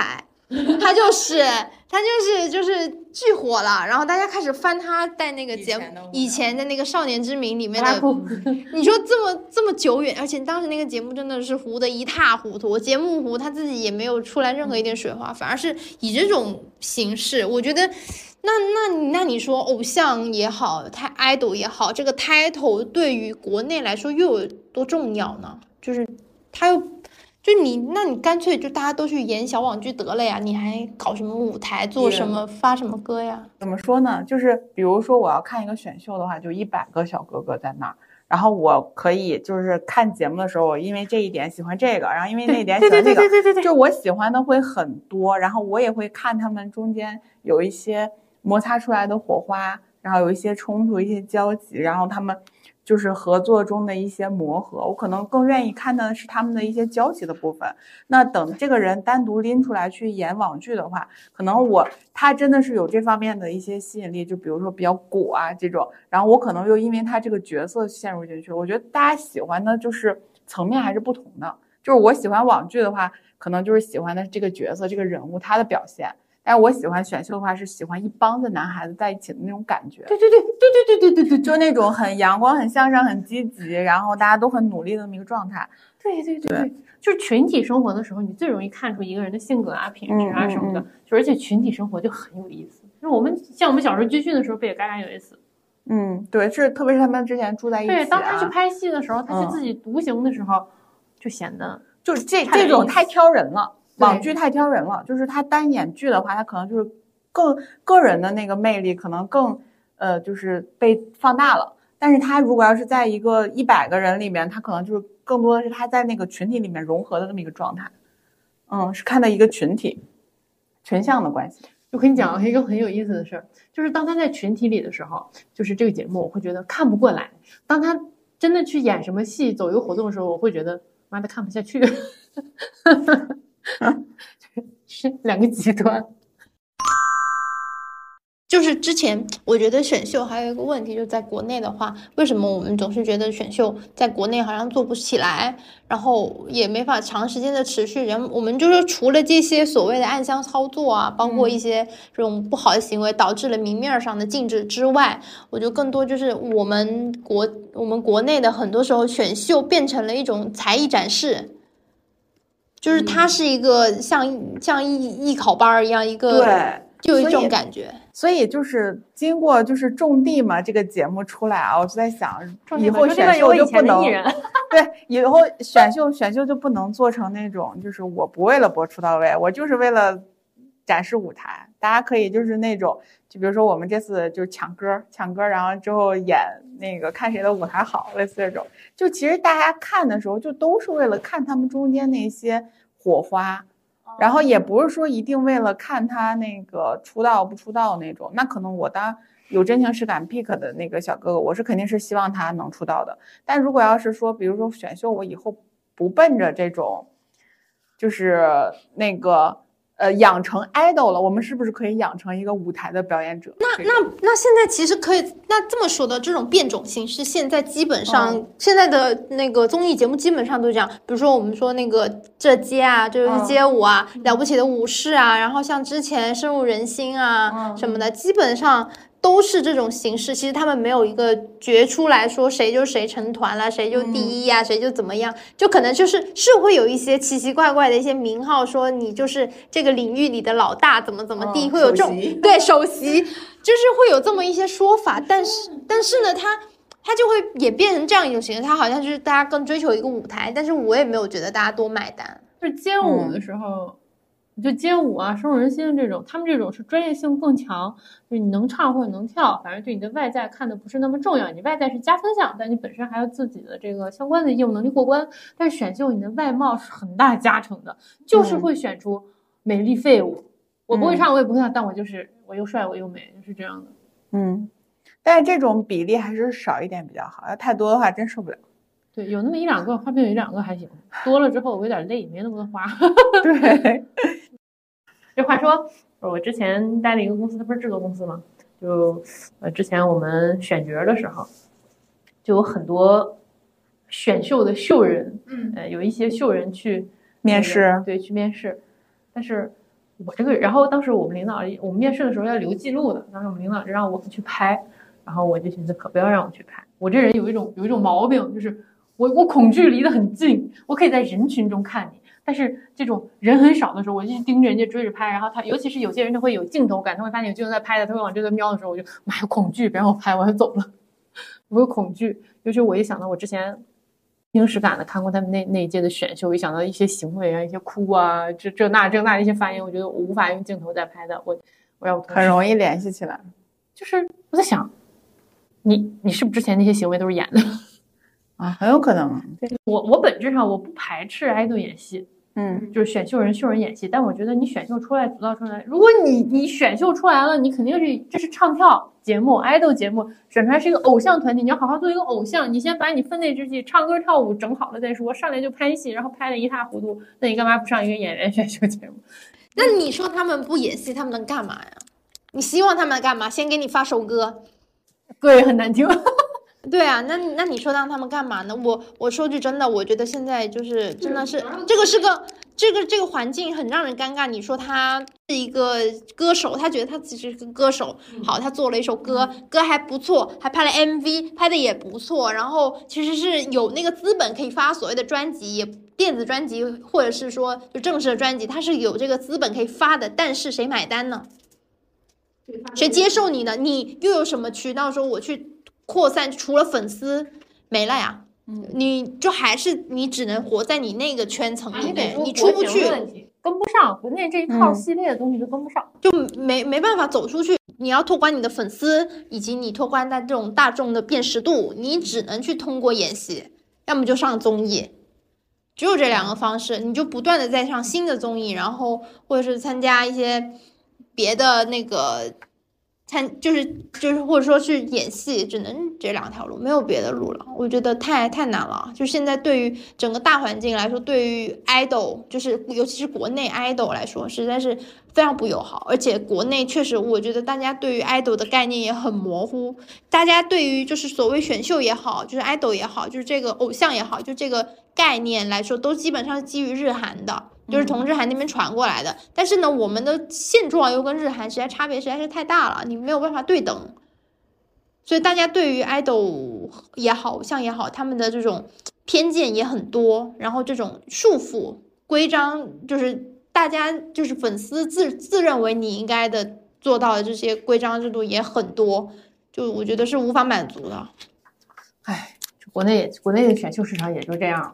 [SPEAKER 2] 就是巨火了，然后大家开始翻他在那个节目以前的那个《少年之名》里面的，你说这么久远，而且当时那个节目真的是糊得一塌糊涂，节目糊他自己也没有出来任何一点水花，反而是以这种形式，我觉得。那你说偶像也好，idol 也好，这个 title 对于国内来说又有多重要呢？就是他又那你干脆就大家都去演小网剧得了呀，你还搞什么舞台，做什么发什么歌呀？
[SPEAKER 3] 怎么说呢？就是比如说我要看一个选秀的话，就100个小哥哥在那儿，然后我可以就是看节目的时候，我因为这一点喜欢这个，然后因为那一点喜欢那个，
[SPEAKER 4] 对，
[SPEAKER 3] 就我喜欢的会很多，然后我也会看他们中间有一些摩擦出来的火花，然后有一些冲突，一些交集，然后他们就是合作中的一些磨合，我可能更愿意看的是他们的一些交集的部分。那等这个人单独拎出来去演网剧的话，可能他真的是有这方面的一些吸引力，就比如说比较鼓啊这种，然后我可能又因为他这个角色陷入进去。我觉得大家喜欢的就是层面还是不同的，就是我喜欢网剧的话，可能就是喜欢的这个角色这个人物他的表现。但是我喜欢选秀的话，是喜欢一帮子男孩子在一起的那种感觉。
[SPEAKER 4] 对，
[SPEAKER 3] 就那种很阳光、很向上、很积极，然后大家都很努力的那么一个状态。
[SPEAKER 4] 对，就是群体生活的时候，你最容易看出一个人的性格啊、品质啊什么的。而且群体生活就很有意思。就是我们小时候军训的时候，不也嘎嘎有意思？
[SPEAKER 3] 对，特别是他们之前住在一起。
[SPEAKER 4] 对，当他去拍戏的时候，他是自己独行的时候，就显得
[SPEAKER 3] 就是这种太挑人了。网剧太挑人了，就是他单演剧的话，他可能就是更个人的那个魅力可能更就是被放大了。但是他如果要是在一个100个人里面，他可能就是更多的是他在那个群体里面融合的那么一个状态。是看的一个群体群像的关系。
[SPEAKER 4] 我跟你讲一个很有意思的事儿，就是当他在群体里的时候，就是这个节目我会觉得看不过来；当他真的去演什么戏、走一个活动的时候，我会觉得妈的看不下去。是两个极端。
[SPEAKER 2] 就是之前我觉得选秀还有一个问题，就在国内的话，为什么我们总是觉得选秀在国内好像做不起来，然后也没法长时间的持续。然后我们就是除了这些所谓的暗箱操作啊，包括一些这种不好的行为导致了明面上的禁止之外，我觉得更多就是我们国内的很多时候选秀变成了一种才艺展示。就是它是一个像艺考班一样，一个
[SPEAKER 3] 对，
[SPEAKER 2] 就有这种感觉。
[SPEAKER 3] 所以就是经过就是种地嘛这个节目出来啊，我就在想以后选秀就不能对，以后选秀就不能做成那种就是我不为了播出到位，我就是为了展示舞台。大家可以就是那种，就比如说我们这次就是抢歌，然后之后演那个看谁的舞台好，类似这种。就其实大家看的时候就都是为了看他们中间那些火花，然后也不是说一定为了看他那个出道不出道那种。那可能我当有真情实感 pick 的那个小哥哥，我是肯定是希望他能出道的。但如果要是说比如说选秀，我以后不奔着这种就是那个养成 idol 了，我们是不是可以养成一个舞台的表演者？
[SPEAKER 2] 那现在其实可以，那这么说的这种变种形式，现在基本上、现在的那个综艺节目基本上都这样。比如说我们说那个这街啊，就是街舞啊，了不起的武士啊，然后像之前深入人心啊、什么的，基本上都是这种形式。其实他们没有一个决出来说谁就谁成团了，谁就第一呀、谁就怎么样，就可能是会有一些奇奇怪怪的一些名号，说你就是这个领域里的老大，怎么地，会有这种对首席，就是会有这么一些说法。但是呢，它就会演变成这样一种形式，它好像就是大家更追求一个舞台，但是我也没有觉得大家多买单。
[SPEAKER 4] 就是街舞的时候。就街舞啊、深入人心这种，他们这种是专业性更强，就是你能唱或者能跳，反正对你的外在看的不是那么重要，你外在是加分项，但你本身还有自己的这个相关的业务能力过关。但是选秀你的外貌是很大加成的，就是会选出美丽废物。我不会唱，我也不会跳，但我又帅我又美，就是这样的。
[SPEAKER 3] 但是这种比例还是少一点比较好，要太多的话真受不了。
[SPEAKER 4] 对，有那么1-2个，花瓶有1-2个还行，多了之后我有点累，没那么多花。
[SPEAKER 3] 对。
[SPEAKER 4] 这话说，我之前待了一个公司，它不是制作公司吗？就之前我们选角的时候，就有很多选秀的秀人，有一些秀人去
[SPEAKER 3] 面试，
[SPEAKER 4] 对，去面试。但是然后当时我们领导，我们面试的时候要留记录的，当时我们领导就让我们去拍，然后我就寻思可不要让我去拍，我这人有一种毛病，就是我恐惧离得很近，我可以在人群中看你，但是这种人很少的时候，我就盯着人家追着拍，然后尤其是有些人他会有镜头感，他会发现有镜头在拍的，他会往这个瞄的时候，我就妈有恐惧，别让我拍，我就走了，我有恐惧，尤其我一想到我之前真实感的看过他们那一届的选秀，一想到一些行为啊，一些哭啊，这那的一些反应，我觉得我无法用镜头再拍的，我让我
[SPEAKER 3] 很容易联系起来。
[SPEAKER 4] 就是我在想，你是不是之前那些行为都是演的？
[SPEAKER 3] 啊，很有可能。
[SPEAKER 4] 我本质上我不排斥爱豆演戏，就是选秀人演戏，但我觉得你选秀出来组造出来，如果你选秀出来了，你肯定是这是唱跳节目、爱豆节目，选出来是一个偶像团体，你要好好做一个偶像，你先把你分内之计唱歌跳舞整好了再说，上来就拍戏，然后拍得一塌糊涂，那你干嘛不上一个演员选秀节目？
[SPEAKER 2] 那你说他们不演戏，他们能干嘛呀？你希望他们干嘛？先给你发首歌，
[SPEAKER 4] 歌也很难听。
[SPEAKER 2] 对啊，那你说让他们干嘛呢？我说句真的，我觉得现在就是真的是这个环境很让人尴尬。你说他是一个歌手，他觉得他自己是个歌手，好，他做了一首歌，歌还不错，还拍了 MV， 拍的也不错，然后其实是有那个资本可以发所谓的专辑，也电子专辑或者是说就正式的专辑，他是有这个资本可以发的，但是谁买单呢？谁接受你呢？你又有什么渠道说我去扩散？除了粉丝没了呀，你就还是你只能活在你那个圈层里面，你出不去，
[SPEAKER 4] 跟不上国内这一套系列的东西都跟不上，
[SPEAKER 2] 就没办法走出去。你要拓宽你的粉丝，以及你拓宽在这种大众的辨识度，你只能去通过演戏，要么就上综艺，只有这两个方式。你就不断的在上新的综艺，然后或者是参加一些别的那个就是或者说去演戏，只能这两条路，没有别的路了。我觉得太难了。就现在对于整个大环境来说，对于 idol， 就是尤其是国内 idol 来说，实在是非常不友好。而且国内确实，我觉得大家对于 idol 的概念也很模糊。大家对于就是所谓选秀也好，就是 idol 也好，就是这个偶像也好，就这个概念来说，都基本上是基于日韩的。就是从日韩那边传过来的，但是呢，我们的现状又跟日韩差别实在是太大了，你没有办法对等，所以大家对于 idol 也好，偶像也好，他们的这种偏见也很多，然后这种束缚规章，就是大家就是粉丝自认为你应该的做到的这些规章制度也很多，就我觉得是无法满足的。
[SPEAKER 4] 唉，国内的选秀市场也就这样了。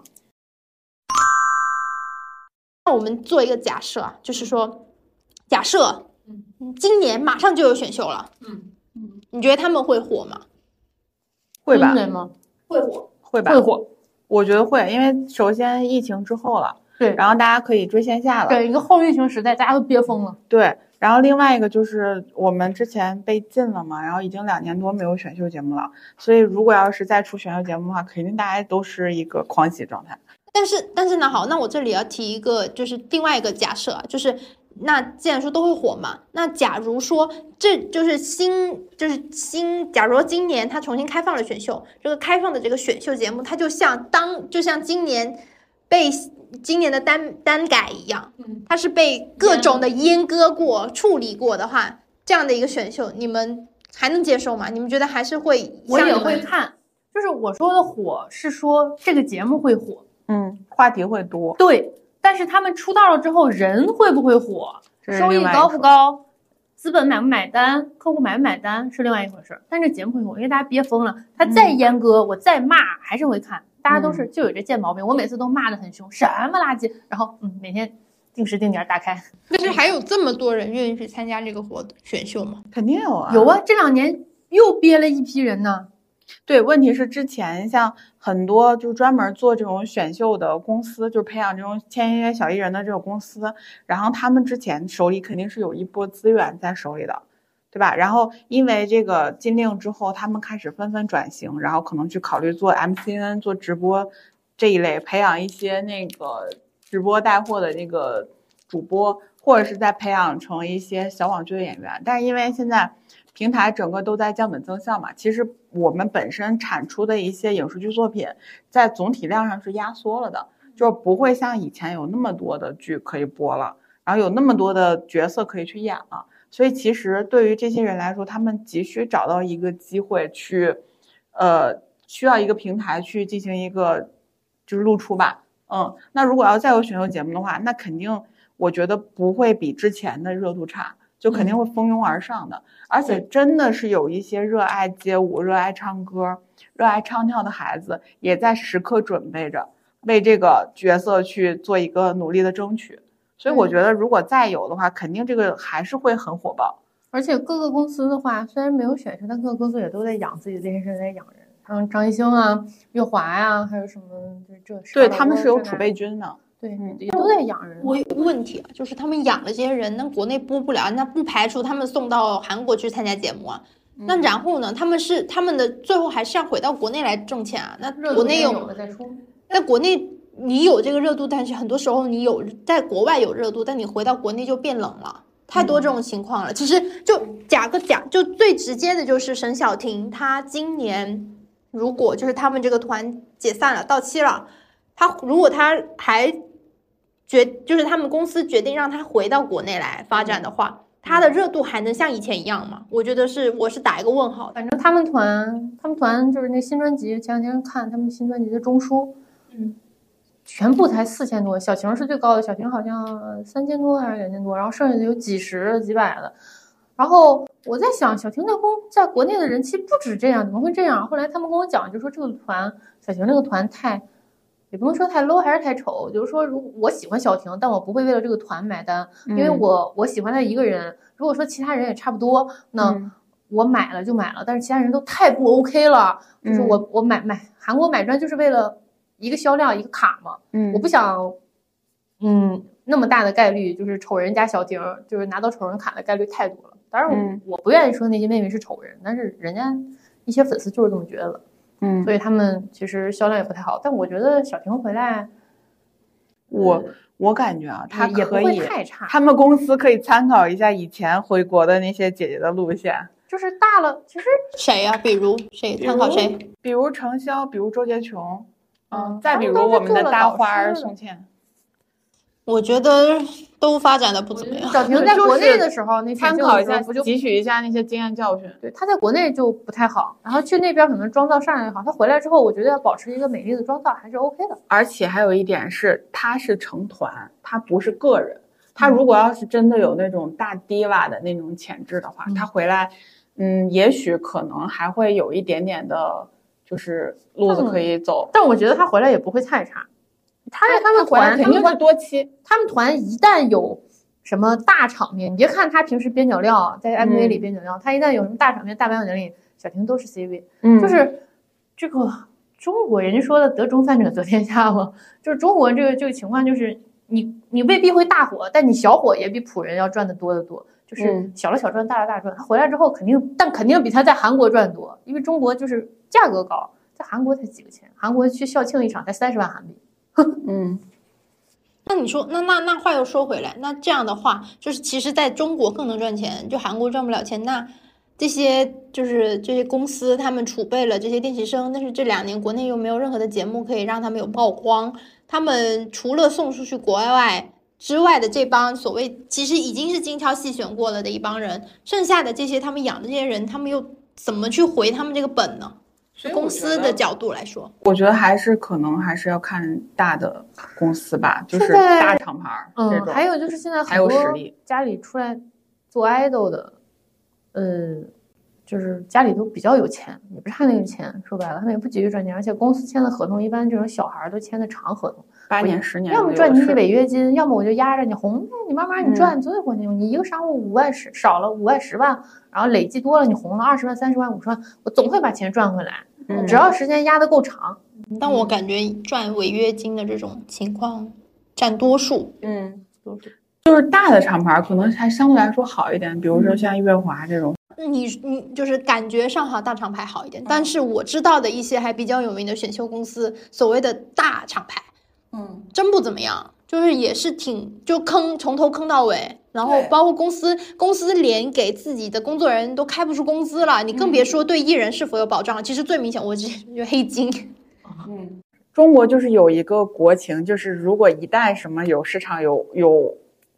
[SPEAKER 2] 那我们做一个假设，就是说，假设，今年马上就有选秀了，你觉得他们会火吗？
[SPEAKER 3] 会吧？
[SPEAKER 4] 吗？
[SPEAKER 2] 会火，
[SPEAKER 3] 会吧？
[SPEAKER 4] 会火，
[SPEAKER 3] 我觉得会，因为首先疫情之后了，
[SPEAKER 4] 对，
[SPEAKER 3] 然后大家可以追线下了，
[SPEAKER 4] 对，一个后疫情时代，大家都憋疯了，
[SPEAKER 3] 对。然后另外一个就是我们之前被禁了嘛，然后已经2年多没有选秀节目了，所以如果要是再出选秀节目的话，肯定大家都是一个狂喜状态。
[SPEAKER 2] 但是呢，好，那我这里要提一个，就是另外一个假设，就是那既然说都会火嘛，那假如说这就是假如说今年它重新开放了选秀，这个开放的这个选秀节目，它就像今年被今年的单改一样，它是被各种的阉割过、处理过的话，这样的一个选秀，你们还能接受吗？你们觉得还是会？
[SPEAKER 4] 我也会看，就是我说的火是说这个节目会火。
[SPEAKER 3] 话题会多，
[SPEAKER 4] 对，但是他们出道了之后，人会不会火，收益高不高，资本买不买单，客户买不买单是另外一回事。但这节目会火，因为大家憋疯了，他再阉割，我再骂还是会看，大家都是就有这贱毛病，我每次都骂得很凶，什么垃圾，然后每天定时定点打开。
[SPEAKER 2] 但是还有这么多人愿意去参加这个选秀吗？
[SPEAKER 3] 肯定有啊，
[SPEAKER 4] 有啊，这2年又憋了一批人呢。
[SPEAKER 3] 对，问题是之前像很多就专门做这种选秀的公司，就是培养这种签约小艺人的这种公司，然后他们之前手里肯定是有一波资源在手里的，对吧？然后因为这个禁令之后，他们开始纷纷转型，然后可能去考虑做 MCN、做直播这一类，培养一些那个直播带货的那个主播，或者是再培养成一些小网剧的演员。但是因为现在平台整个都在降本增效嘛，其实我们本身产出的一些影视剧作品在总体量上是压缩了的，就是不会像以前有那么多的剧可以播了。 然后有那么多的角色可以去演了，所以其实对于这些人来说，他们急需找到一个机会去，需要一个平台去进行一个就是露出吧。那如果要再有选秀节目的话，那肯定我觉得不会比之前的热度差，就肯定会蜂拥而上的。而且真的是有一些热爱街舞、热爱唱歌、热爱唱跳的孩子，也在时刻准备着为这个角色去做一个努力的争取。所以我觉得如果再有的话，肯定这个还是会很火爆。
[SPEAKER 4] 而且各个公司的话，虽然没有选秀，但各个公司也都在养自己的练习生，在养人，像张艺兴啊、乐华呀，还有什么这
[SPEAKER 3] 对，他们是有储备军的。
[SPEAKER 4] 对，也都在养人。
[SPEAKER 2] 我有个问题啊，就是他们养了这些人，那国内播不了，那不排除他们送到韩国去参加节目啊。那然后呢？他们的最后还是要回到国内来挣钱啊。那国内
[SPEAKER 4] 有了再说。
[SPEAKER 2] 那国内你有这个热度，但是很多时候你有在国外有热度，但你回到国内就变冷了，太多这种情况了。其实就就最直接的就是沈小婷，她今年如果就是他们这个团解散了，到期了，如果他还就是他们公司决定让他回到国内来发展的话，他的热度还能像以前一样吗？我觉得我是打一个问号。
[SPEAKER 4] 反正他们团就是那新专辑，前两天看他们新专辑的中枢，全部才4000多，小晴是最高的，小晴好像3000多还是2000多，然后剩下的有几十几百的。然后我在想，小晴在国内的人气不止这样，怎么会这样？后来他们跟我讲，就说这个团小晴这个团也不能说太 low 还是太丑，就是说我喜欢小婷，但我不会为了这个团买单，因为我喜欢他一个人。如果说其他人也差不多，那我买了就买了，但是其他人都太不 OK 了。就是我买韩国买专就是为了一个销量一个卡嘛，我不想那么大的概率就是丑人加小婷，就是拿到丑人卡的概率太多了。当然我不愿意说那些妹妹是丑人，但是人家一些粉丝就是这么觉得的。所以他们其实销量也不太好，但我觉得小婷回来，
[SPEAKER 3] 我感觉啊，他
[SPEAKER 4] 也不会太差。
[SPEAKER 3] 他们公司可以参考一下以前回国的那些姐姐的路线，
[SPEAKER 4] 就是大了。其实
[SPEAKER 2] 谁呀？比如谁参考谁？
[SPEAKER 3] 比如程潇，比如周洁琼，再比如我们的大花宋茜。
[SPEAKER 2] 我觉得都发展的不怎么样。
[SPEAKER 4] 小婷在国内的时候，那
[SPEAKER 3] 参考一下，汲取一下那些经验教训。
[SPEAKER 4] 对，她在国内就不太好，然后去那边可能妆造上来也好，她回来之后，我觉得要保持一个美丽的妆造还是 OK 的。
[SPEAKER 3] 而且还有一点是，她是成团，她不是个人。她如果要是真的有那种大 diva 的那种潜质的话，她回来，也许可能还会有一点点的，就是路子可以走。
[SPEAKER 4] 但我觉得她回来也不会太差。他们团
[SPEAKER 3] 肯定是多期，
[SPEAKER 4] 他们团一旦有什么大场面，你别看他平时边角料，在 MV 里边角料，他一旦有什么大场面、大颁奖典礼，小婷都是 C 位。就是这个中国人家说的得中三者得天下嘛，就是中国这个情况，就是你未必会大火，但你小火也比普人要赚得多得多。就是小了小赚，大了大赚。他回来之后肯定比他在韩国赚多，因为中国就是价格高，在韩国才几个钱，韩国去校庆一场才30万韩币。
[SPEAKER 2] 那你说，那话又说回来，那这样的话，就是其实在中国更能赚钱，就韩国赚不了钱。那这些公司，他们储备了这些练习生，但是这2年国内又没有任何的节目可以让他们有曝光。他们除了送出去国外之外的这帮所谓其实已经是精挑细选过了的一帮人，剩下的这些他们养的这些人，他们又怎么去回他们这个本呢？公司的角度来说，
[SPEAKER 3] 我觉得可能还是要看大的公司吧，就是大厂牌这种。
[SPEAKER 4] 还有就是现在很多家里出来做 idol 的，就是家里都比较有钱，也不差那个钱。说白了，他们也不急于赚钱，而且公司签的合同一般这种小孩都签的长合同
[SPEAKER 3] ，8年10年，
[SPEAKER 4] 要么赚你违约金，要么我就压着你红，你慢慢你赚，总有过那种。你一个商务5万少了5万10万，然后累计多了你红了20万30万50万，我总会把钱赚回来。只要时间压得够长。
[SPEAKER 2] 但我感觉赚违约金的这种情况占多数。
[SPEAKER 3] 就是大的厂牌可能还相对来说好一点，比如说像乐华这种。
[SPEAKER 2] 你就是感觉上好大厂牌好一点，但是我知道的一些还比较有名的选秀公司，所谓的大厂牌，真不怎么样，就是也是就坑，从头坑到尾。然后包括公司连给自己的工作人员都开不出工资了，你更别说对艺人是否有保障了。其实最明显，我就黑金。
[SPEAKER 3] 中国就是有一个国情，就是如果一旦什么有市场有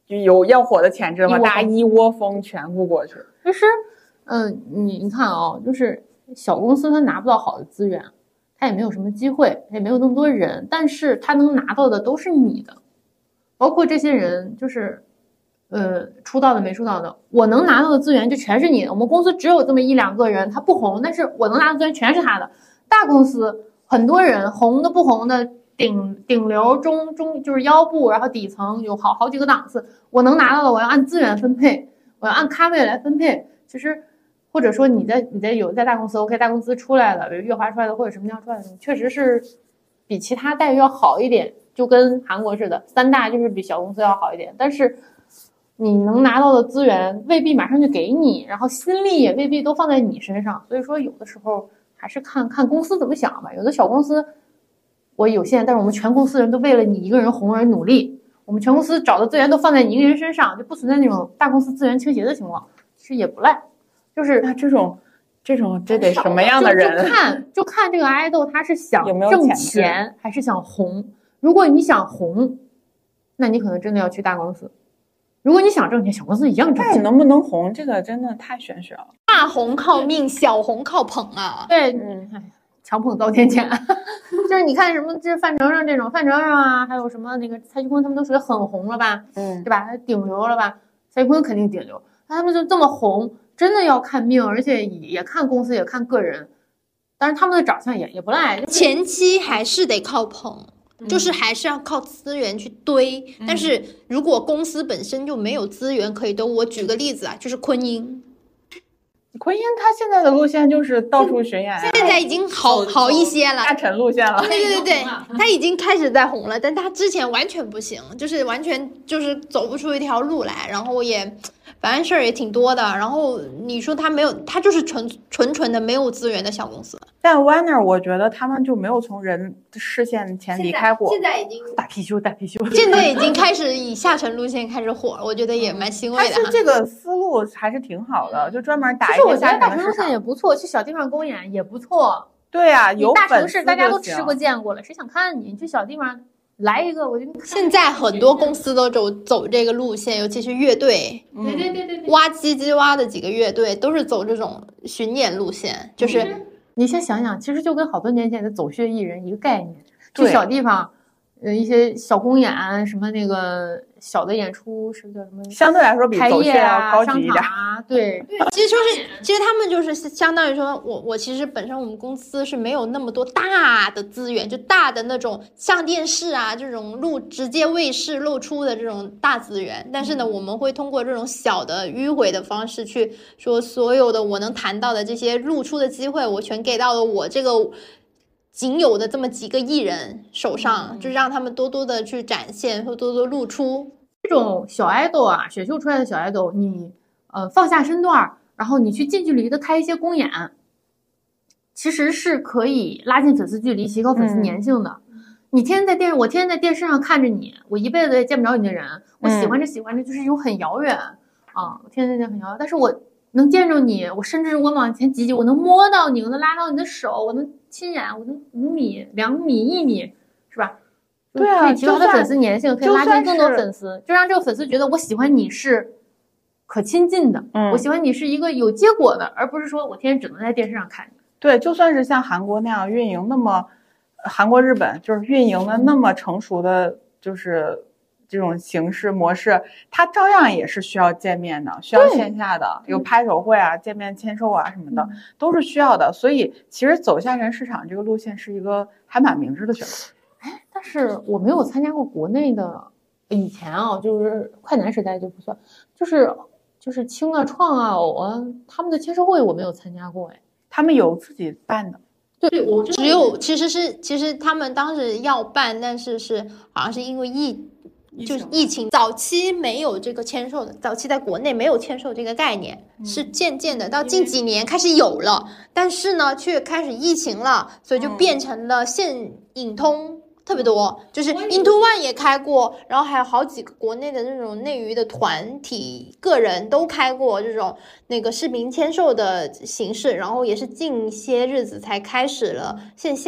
[SPEAKER 3] 有要火的潜质嘛，大家一窝蜂全部过去。
[SPEAKER 4] 其实，你看啊，就是小公司它拿不到好的资源，它也没有什么机会，也没有那么多人，但是它能拿到的都是你的，包括这些人就是。出道的没出道的，我能拿到的资源就全是你的。我们公司只有这么1-2个人，他不红，但是我能拿的资源全是他的。大公司很多人，红的不红的，顶流、中就是腰部，然后底层有好几个档次。我能拿到的，我要按资源分配，我要按咖位来分配。其实，或者说你在大公司 ，OK， 大公司出来了，比如月华出来的或者什么样出来的，确实是比其他待遇要好一点，就跟韩国似的，3大就是比小公司要好一点，但是。你能拿到的资源未必马上就给你，然后心力也未必都放在你身上，所以说有的时候还是看公司怎么想吧。有的小公司我有限，但是我们全公司人都为了你一个人红而努力，我们全公司找的资源都放在你一个人身上，就不存在那种大公司资源倾斜的情况，其实也不赖。就是
[SPEAKER 3] 那这种这得什么样的人？
[SPEAKER 4] 就看这个爱豆他是想挣钱还是想红。如果你想红，那你可能真的要去大公司。如果你想挣钱，小公司一样挣钱。
[SPEAKER 3] 但能不能红，这个真的太玄学了。
[SPEAKER 2] 大红靠命，小红靠捧啊。
[SPEAKER 4] 对，强捧遭天谴。就是你看什么，就是范丞丞这种，范丞丞啊，还有什么那个蔡徐坤，他们都属于很红了吧？对吧？顶流了吧？蔡徐坤肯定顶流，他们就这么红，真的要看命，而且也看公司，也看个人。当然他们的长相也不赖，
[SPEAKER 2] 前期还是得靠捧。就是还是要靠资源去堆，但是如果公司本身就没有资源可以堆，我举个例子啊，就是昆音
[SPEAKER 3] 他现在的路线就是到处巡演，
[SPEAKER 2] 现在已经好一些了，
[SPEAKER 3] 大陈路线了。
[SPEAKER 2] 对，他已经开始在红了，但他之前完全不行，就是完全就是走不出一条路来，然后也反正事儿也挺多的。然后你说他没有，他就是纯的没有资源的小公司。
[SPEAKER 3] 但 Warner 我觉得他们就没有从人视线前离开过，
[SPEAKER 2] 现在已经
[SPEAKER 4] 大貔貅，
[SPEAKER 2] 现在已经开始以下沉路线开始火了，我觉得也蛮欣慰的。
[SPEAKER 3] 但是这个思路还是挺好的，就专门打一些下沉的市场。其实我觉得
[SPEAKER 4] 大城路线也不错，去小地方公演也不错。
[SPEAKER 3] 对啊，有
[SPEAKER 4] 大城市大家都吃过见过了，谁想看你？你去小地方来一个，我就
[SPEAKER 2] 现在很多公司都走这个路线，尤其是乐队，
[SPEAKER 4] 对，
[SPEAKER 2] 挖机机挖的几个乐队都是走这种巡演路线，就是。
[SPEAKER 4] 你先想想，其实就跟好多年前的走穴艺人一个概念，去小地方，一些小公演，什么那个小的演出是叫什么？
[SPEAKER 3] 相对来说比走穴要高级一点。
[SPEAKER 2] 对，其实他们就是相当于说，我其实本身我们公司是没有那么多大的资源，就大的那种像电视啊这种直接卫视露出的这种大资源，但是呢，我们会通过这种小的迂回的方式去说，所有的我能谈到的这些露出的机会，我全给到了我这个仅有的这么几个艺人手上，就让他们多多的去展现或多多露出。
[SPEAKER 4] 这种小爱豆啊，选秀出来的小爱豆，你放下身段，然后你去近距离的开一些公演，其实是可以拉近粉丝距离，提高粉丝粘性的。我天天在电视上看着你，我一辈子也见不着你的人，我喜欢着就是一种很遥远啊，我天天很遥远，但是我能见着你，我甚至我往前挤，我能摸到你，我能拉到你的手，我能亲眼，我能5米、2米、1米，是吧？
[SPEAKER 3] 对啊，
[SPEAKER 4] 可以提高他的粉丝粘性，可以拉近更多粉丝，就让这个粉丝觉得我喜欢你是可亲近的，我喜欢你是一个有结果的，而不是说我天天只能在电视上看你。
[SPEAKER 3] 对，就算是像韩国那样运营那么，韩国、日本就是运营的那么成熟的，就是这种形式模式，它照样也是需要见面的，需要线下的，有拍手会啊、见面签售啊什么的，都是需要的。所以其实走下沉市场这个路线是一个还蛮明智的选择。
[SPEAKER 4] 但是我没有参加过国内的，以前啊，就是快男时代就不算，就是青啊、创啊、偶啊，他们的签售会我没有参加过，
[SPEAKER 3] 他们有自己办的。
[SPEAKER 4] 对，我
[SPEAKER 2] 只有其实他们当时要办，但是好像是因为疫情早期没有这个签售的，早期在国内没有签售这个概念，是渐渐的到近几年开始有了，但是呢却开始疫情了，所以就变成了现影通特别多，就是 Into One 也开过，然后还有好几个国内的那种内娱的团体、个人都开过这种那个视频签售的形式，然后也是近些日子才开始了线下。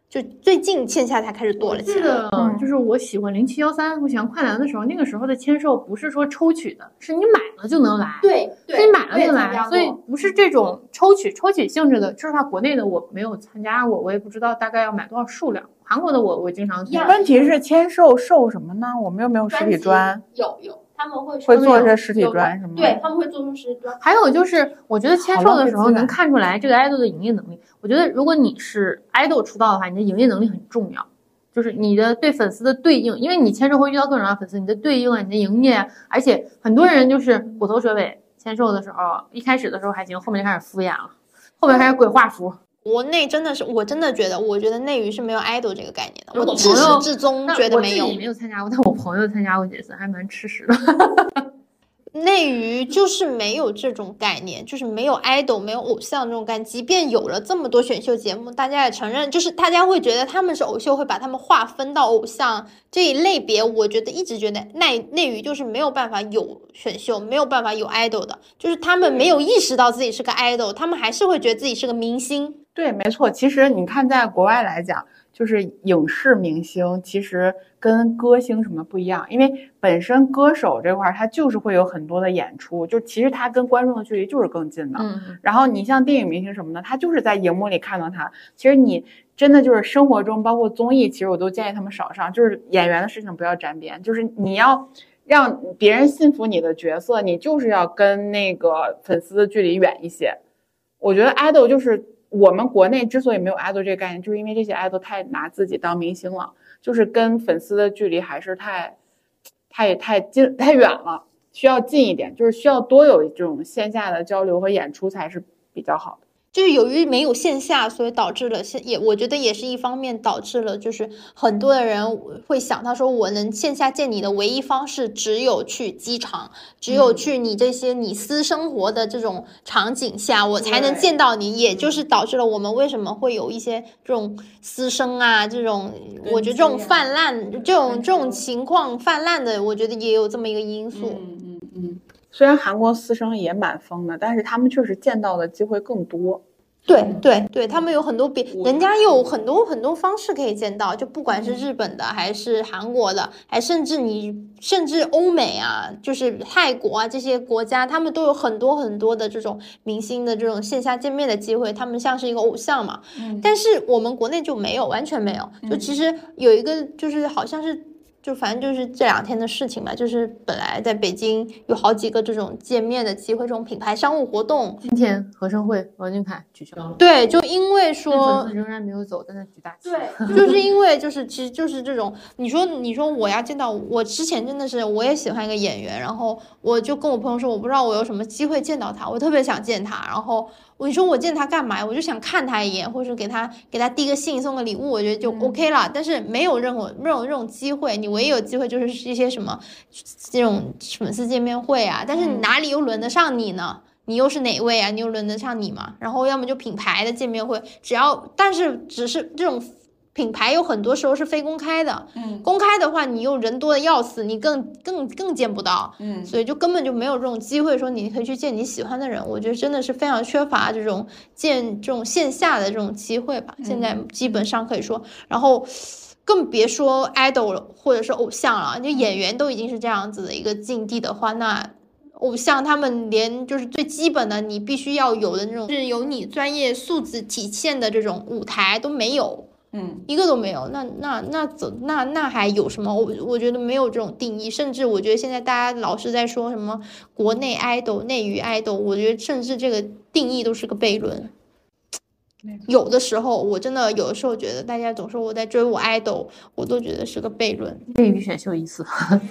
[SPEAKER 2] 就最近线下才开始多了起来。
[SPEAKER 4] 记得就是我喜欢0713，我喜欢快男的时候，那个时候的签售不是说抽取的，是你买了就能来。
[SPEAKER 2] 对，
[SPEAKER 4] 是你买了就来，所以不是这种抽取性质的。说实话，国内的我没有参加过，我也不知道大概要买多少数量。韩国的我经常去。
[SPEAKER 3] 问题是签售售什么呢？我们又没有实体专。
[SPEAKER 2] 有。他们会
[SPEAKER 3] 做这实体专是吗？
[SPEAKER 2] 对，他们会做出实体专。
[SPEAKER 4] 还有就是，我觉得签售的时候能看出来这个 idol 的营业能力。我觉得如果你是 idol 出道的话，你的营业能力很重要，就是你的对粉丝的对应，因为你签售会遇到各种各样的粉丝，你的对应啊，你的营业啊，而且很多人就是虎头蛇尾，签售的时候一开始的时候还行，后面就开始敷衍了，后面开始鬼画符。
[SPEAKER 2] 国内真的是，我真的觉得，我觉得内娱是没有 idol 这个概念的。我自始至终觉得没有。
[SPEAKER 4] 我自己没有参加过，但我朋友参加过几次，还蛮吃屎的。
[SPEAKER 2] 内娱就是没有这种概念，就是没有 idol 没有偶像这种概念。即便有了这么多选秀节目，大家也承认，就是大家会觉得他们是偶秀，会把他们划分到偶像这一类别。我觉得一直觉得内娱就是没有办法有选秀，没有办法有 idol 的，就是他们没有意识到自己是个 idol， 他们还是会觉得自己是个明星。
[SPEAKER 3] 对，没错。其实你看，在国外来讲，就是影视明星其实跟歌星什么不一样，因为本身歌手这块他就是会有很多的演出，就其实他跟观众的距离就是更近的。然后你像电影明星什么的，他就是在荧幕里看到他。其实你真的就是生活中，包括综艺，其实我都建议他们少上，就是演员的事情不要沾边，就是你要让别人信服你的角色，你就是要跟那个粉丝的距离远一些。我觉得 idol 就是我们国内之所以没有 idol 这个概念，就是因为这些 idol 太拿自己当明星了，就是跟粉丝的距离还是太远了，需要近一点，就是需要多有这种线下的交流和演出才是比较好的。
[SPEAKER 2] 就是由于没有线下，所以导致了我觉得也是一方面导致了，就是很多的人会想，他说我能线下见你的唯一方式只有去机场，只有去你这些你私生活的这种场景下，我才能见到你，也就是导致了我们为什么会有一些这种私生啊，这种我觉得这种泛滥，这种情况泛滥的，我觉得也有这么一个因素。
[SPEAKER 3] 虽然韩国私生也蛮疯的，但是他们确实见到的机会更多。
[SPEAKER 2] 对，他们有很多人家有很多方式可以见到，就不管是日本的还是韩国的，还甚至欧美啊，就是泰国啊这些国家，他们都有很多的这种明星的这种线下见面的机会，他们像是一个偶像嘛。但是我们国内就没有，完全没有。就其实有一个就是好像是。就反正就是这2天的事情吧，就是本来在北京有好几个这种见面的机会，这种品牌商务活动。
[SPEAKER 4] 今天合生汇王俊凯取消了。
[SPEAKER 2] 对，就因为说
[SPEAKER 4] 粉丝仍然没有走，但在举大旗。
[SPEAKER 2] 对，就是因为其实就是这种，你说我要见到我之前真的是我也喜欢一个演员，然后我就跟我朋友说，我不知道我有什么机会见到他，我特别想见他，然后你说我见他干嘛？我就想看他一眼，或者给他递个信，送个礼物，我觉得就 OK 了。但是没有任何这种机会，你唯一有机会就是一些什么这种粉丝见面会啊，但是你哪里又轮得上你呢？你又是哪位啊？你又轮得上你吗？然后要么就品牌的见面会，但是只是这种品牌有很多时候是非公开的，公开的话你又人多的要死，你更见不到，所以就根本就没有这种机会说你可以去见你喜欢的人。我觉得真的是非常缺乏这种见这种线下的这种机会吧，现在基本上可以说，然后更别说 idol 或者是偶像了，就演员都已经是这样子的一个境地的话，那偶像他们连就是最基本的你必须要有的那种是有你专业素质体现的这种舞台都没有，一个都没有，那还有什么？我觉得没有这种定义，甚至我觉得现在大家老是在说什么国内 idol 内娱 idol， 我觉得甚至这个定义都是个悖论。有的时候我真的有的时候觉得大家总说我在追我 idol， 我都觉得是个悖论。
[SPEAKER 4] 内娱选秀一次。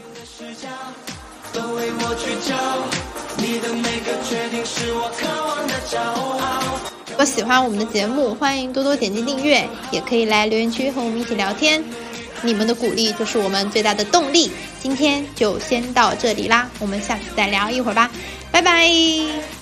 [SPEAKER 5] 都为我去找你的每个决定是我渴望的骄傲。
[SPEAKER 2] 如果喜欢我们的节目，欢迎多多点击订阅，也可以来留言区和我们一起聊天，你们的鼓励就是我们最大的动力。今天就先到这里啦，我们下次再聊一会儿吧，拜拜。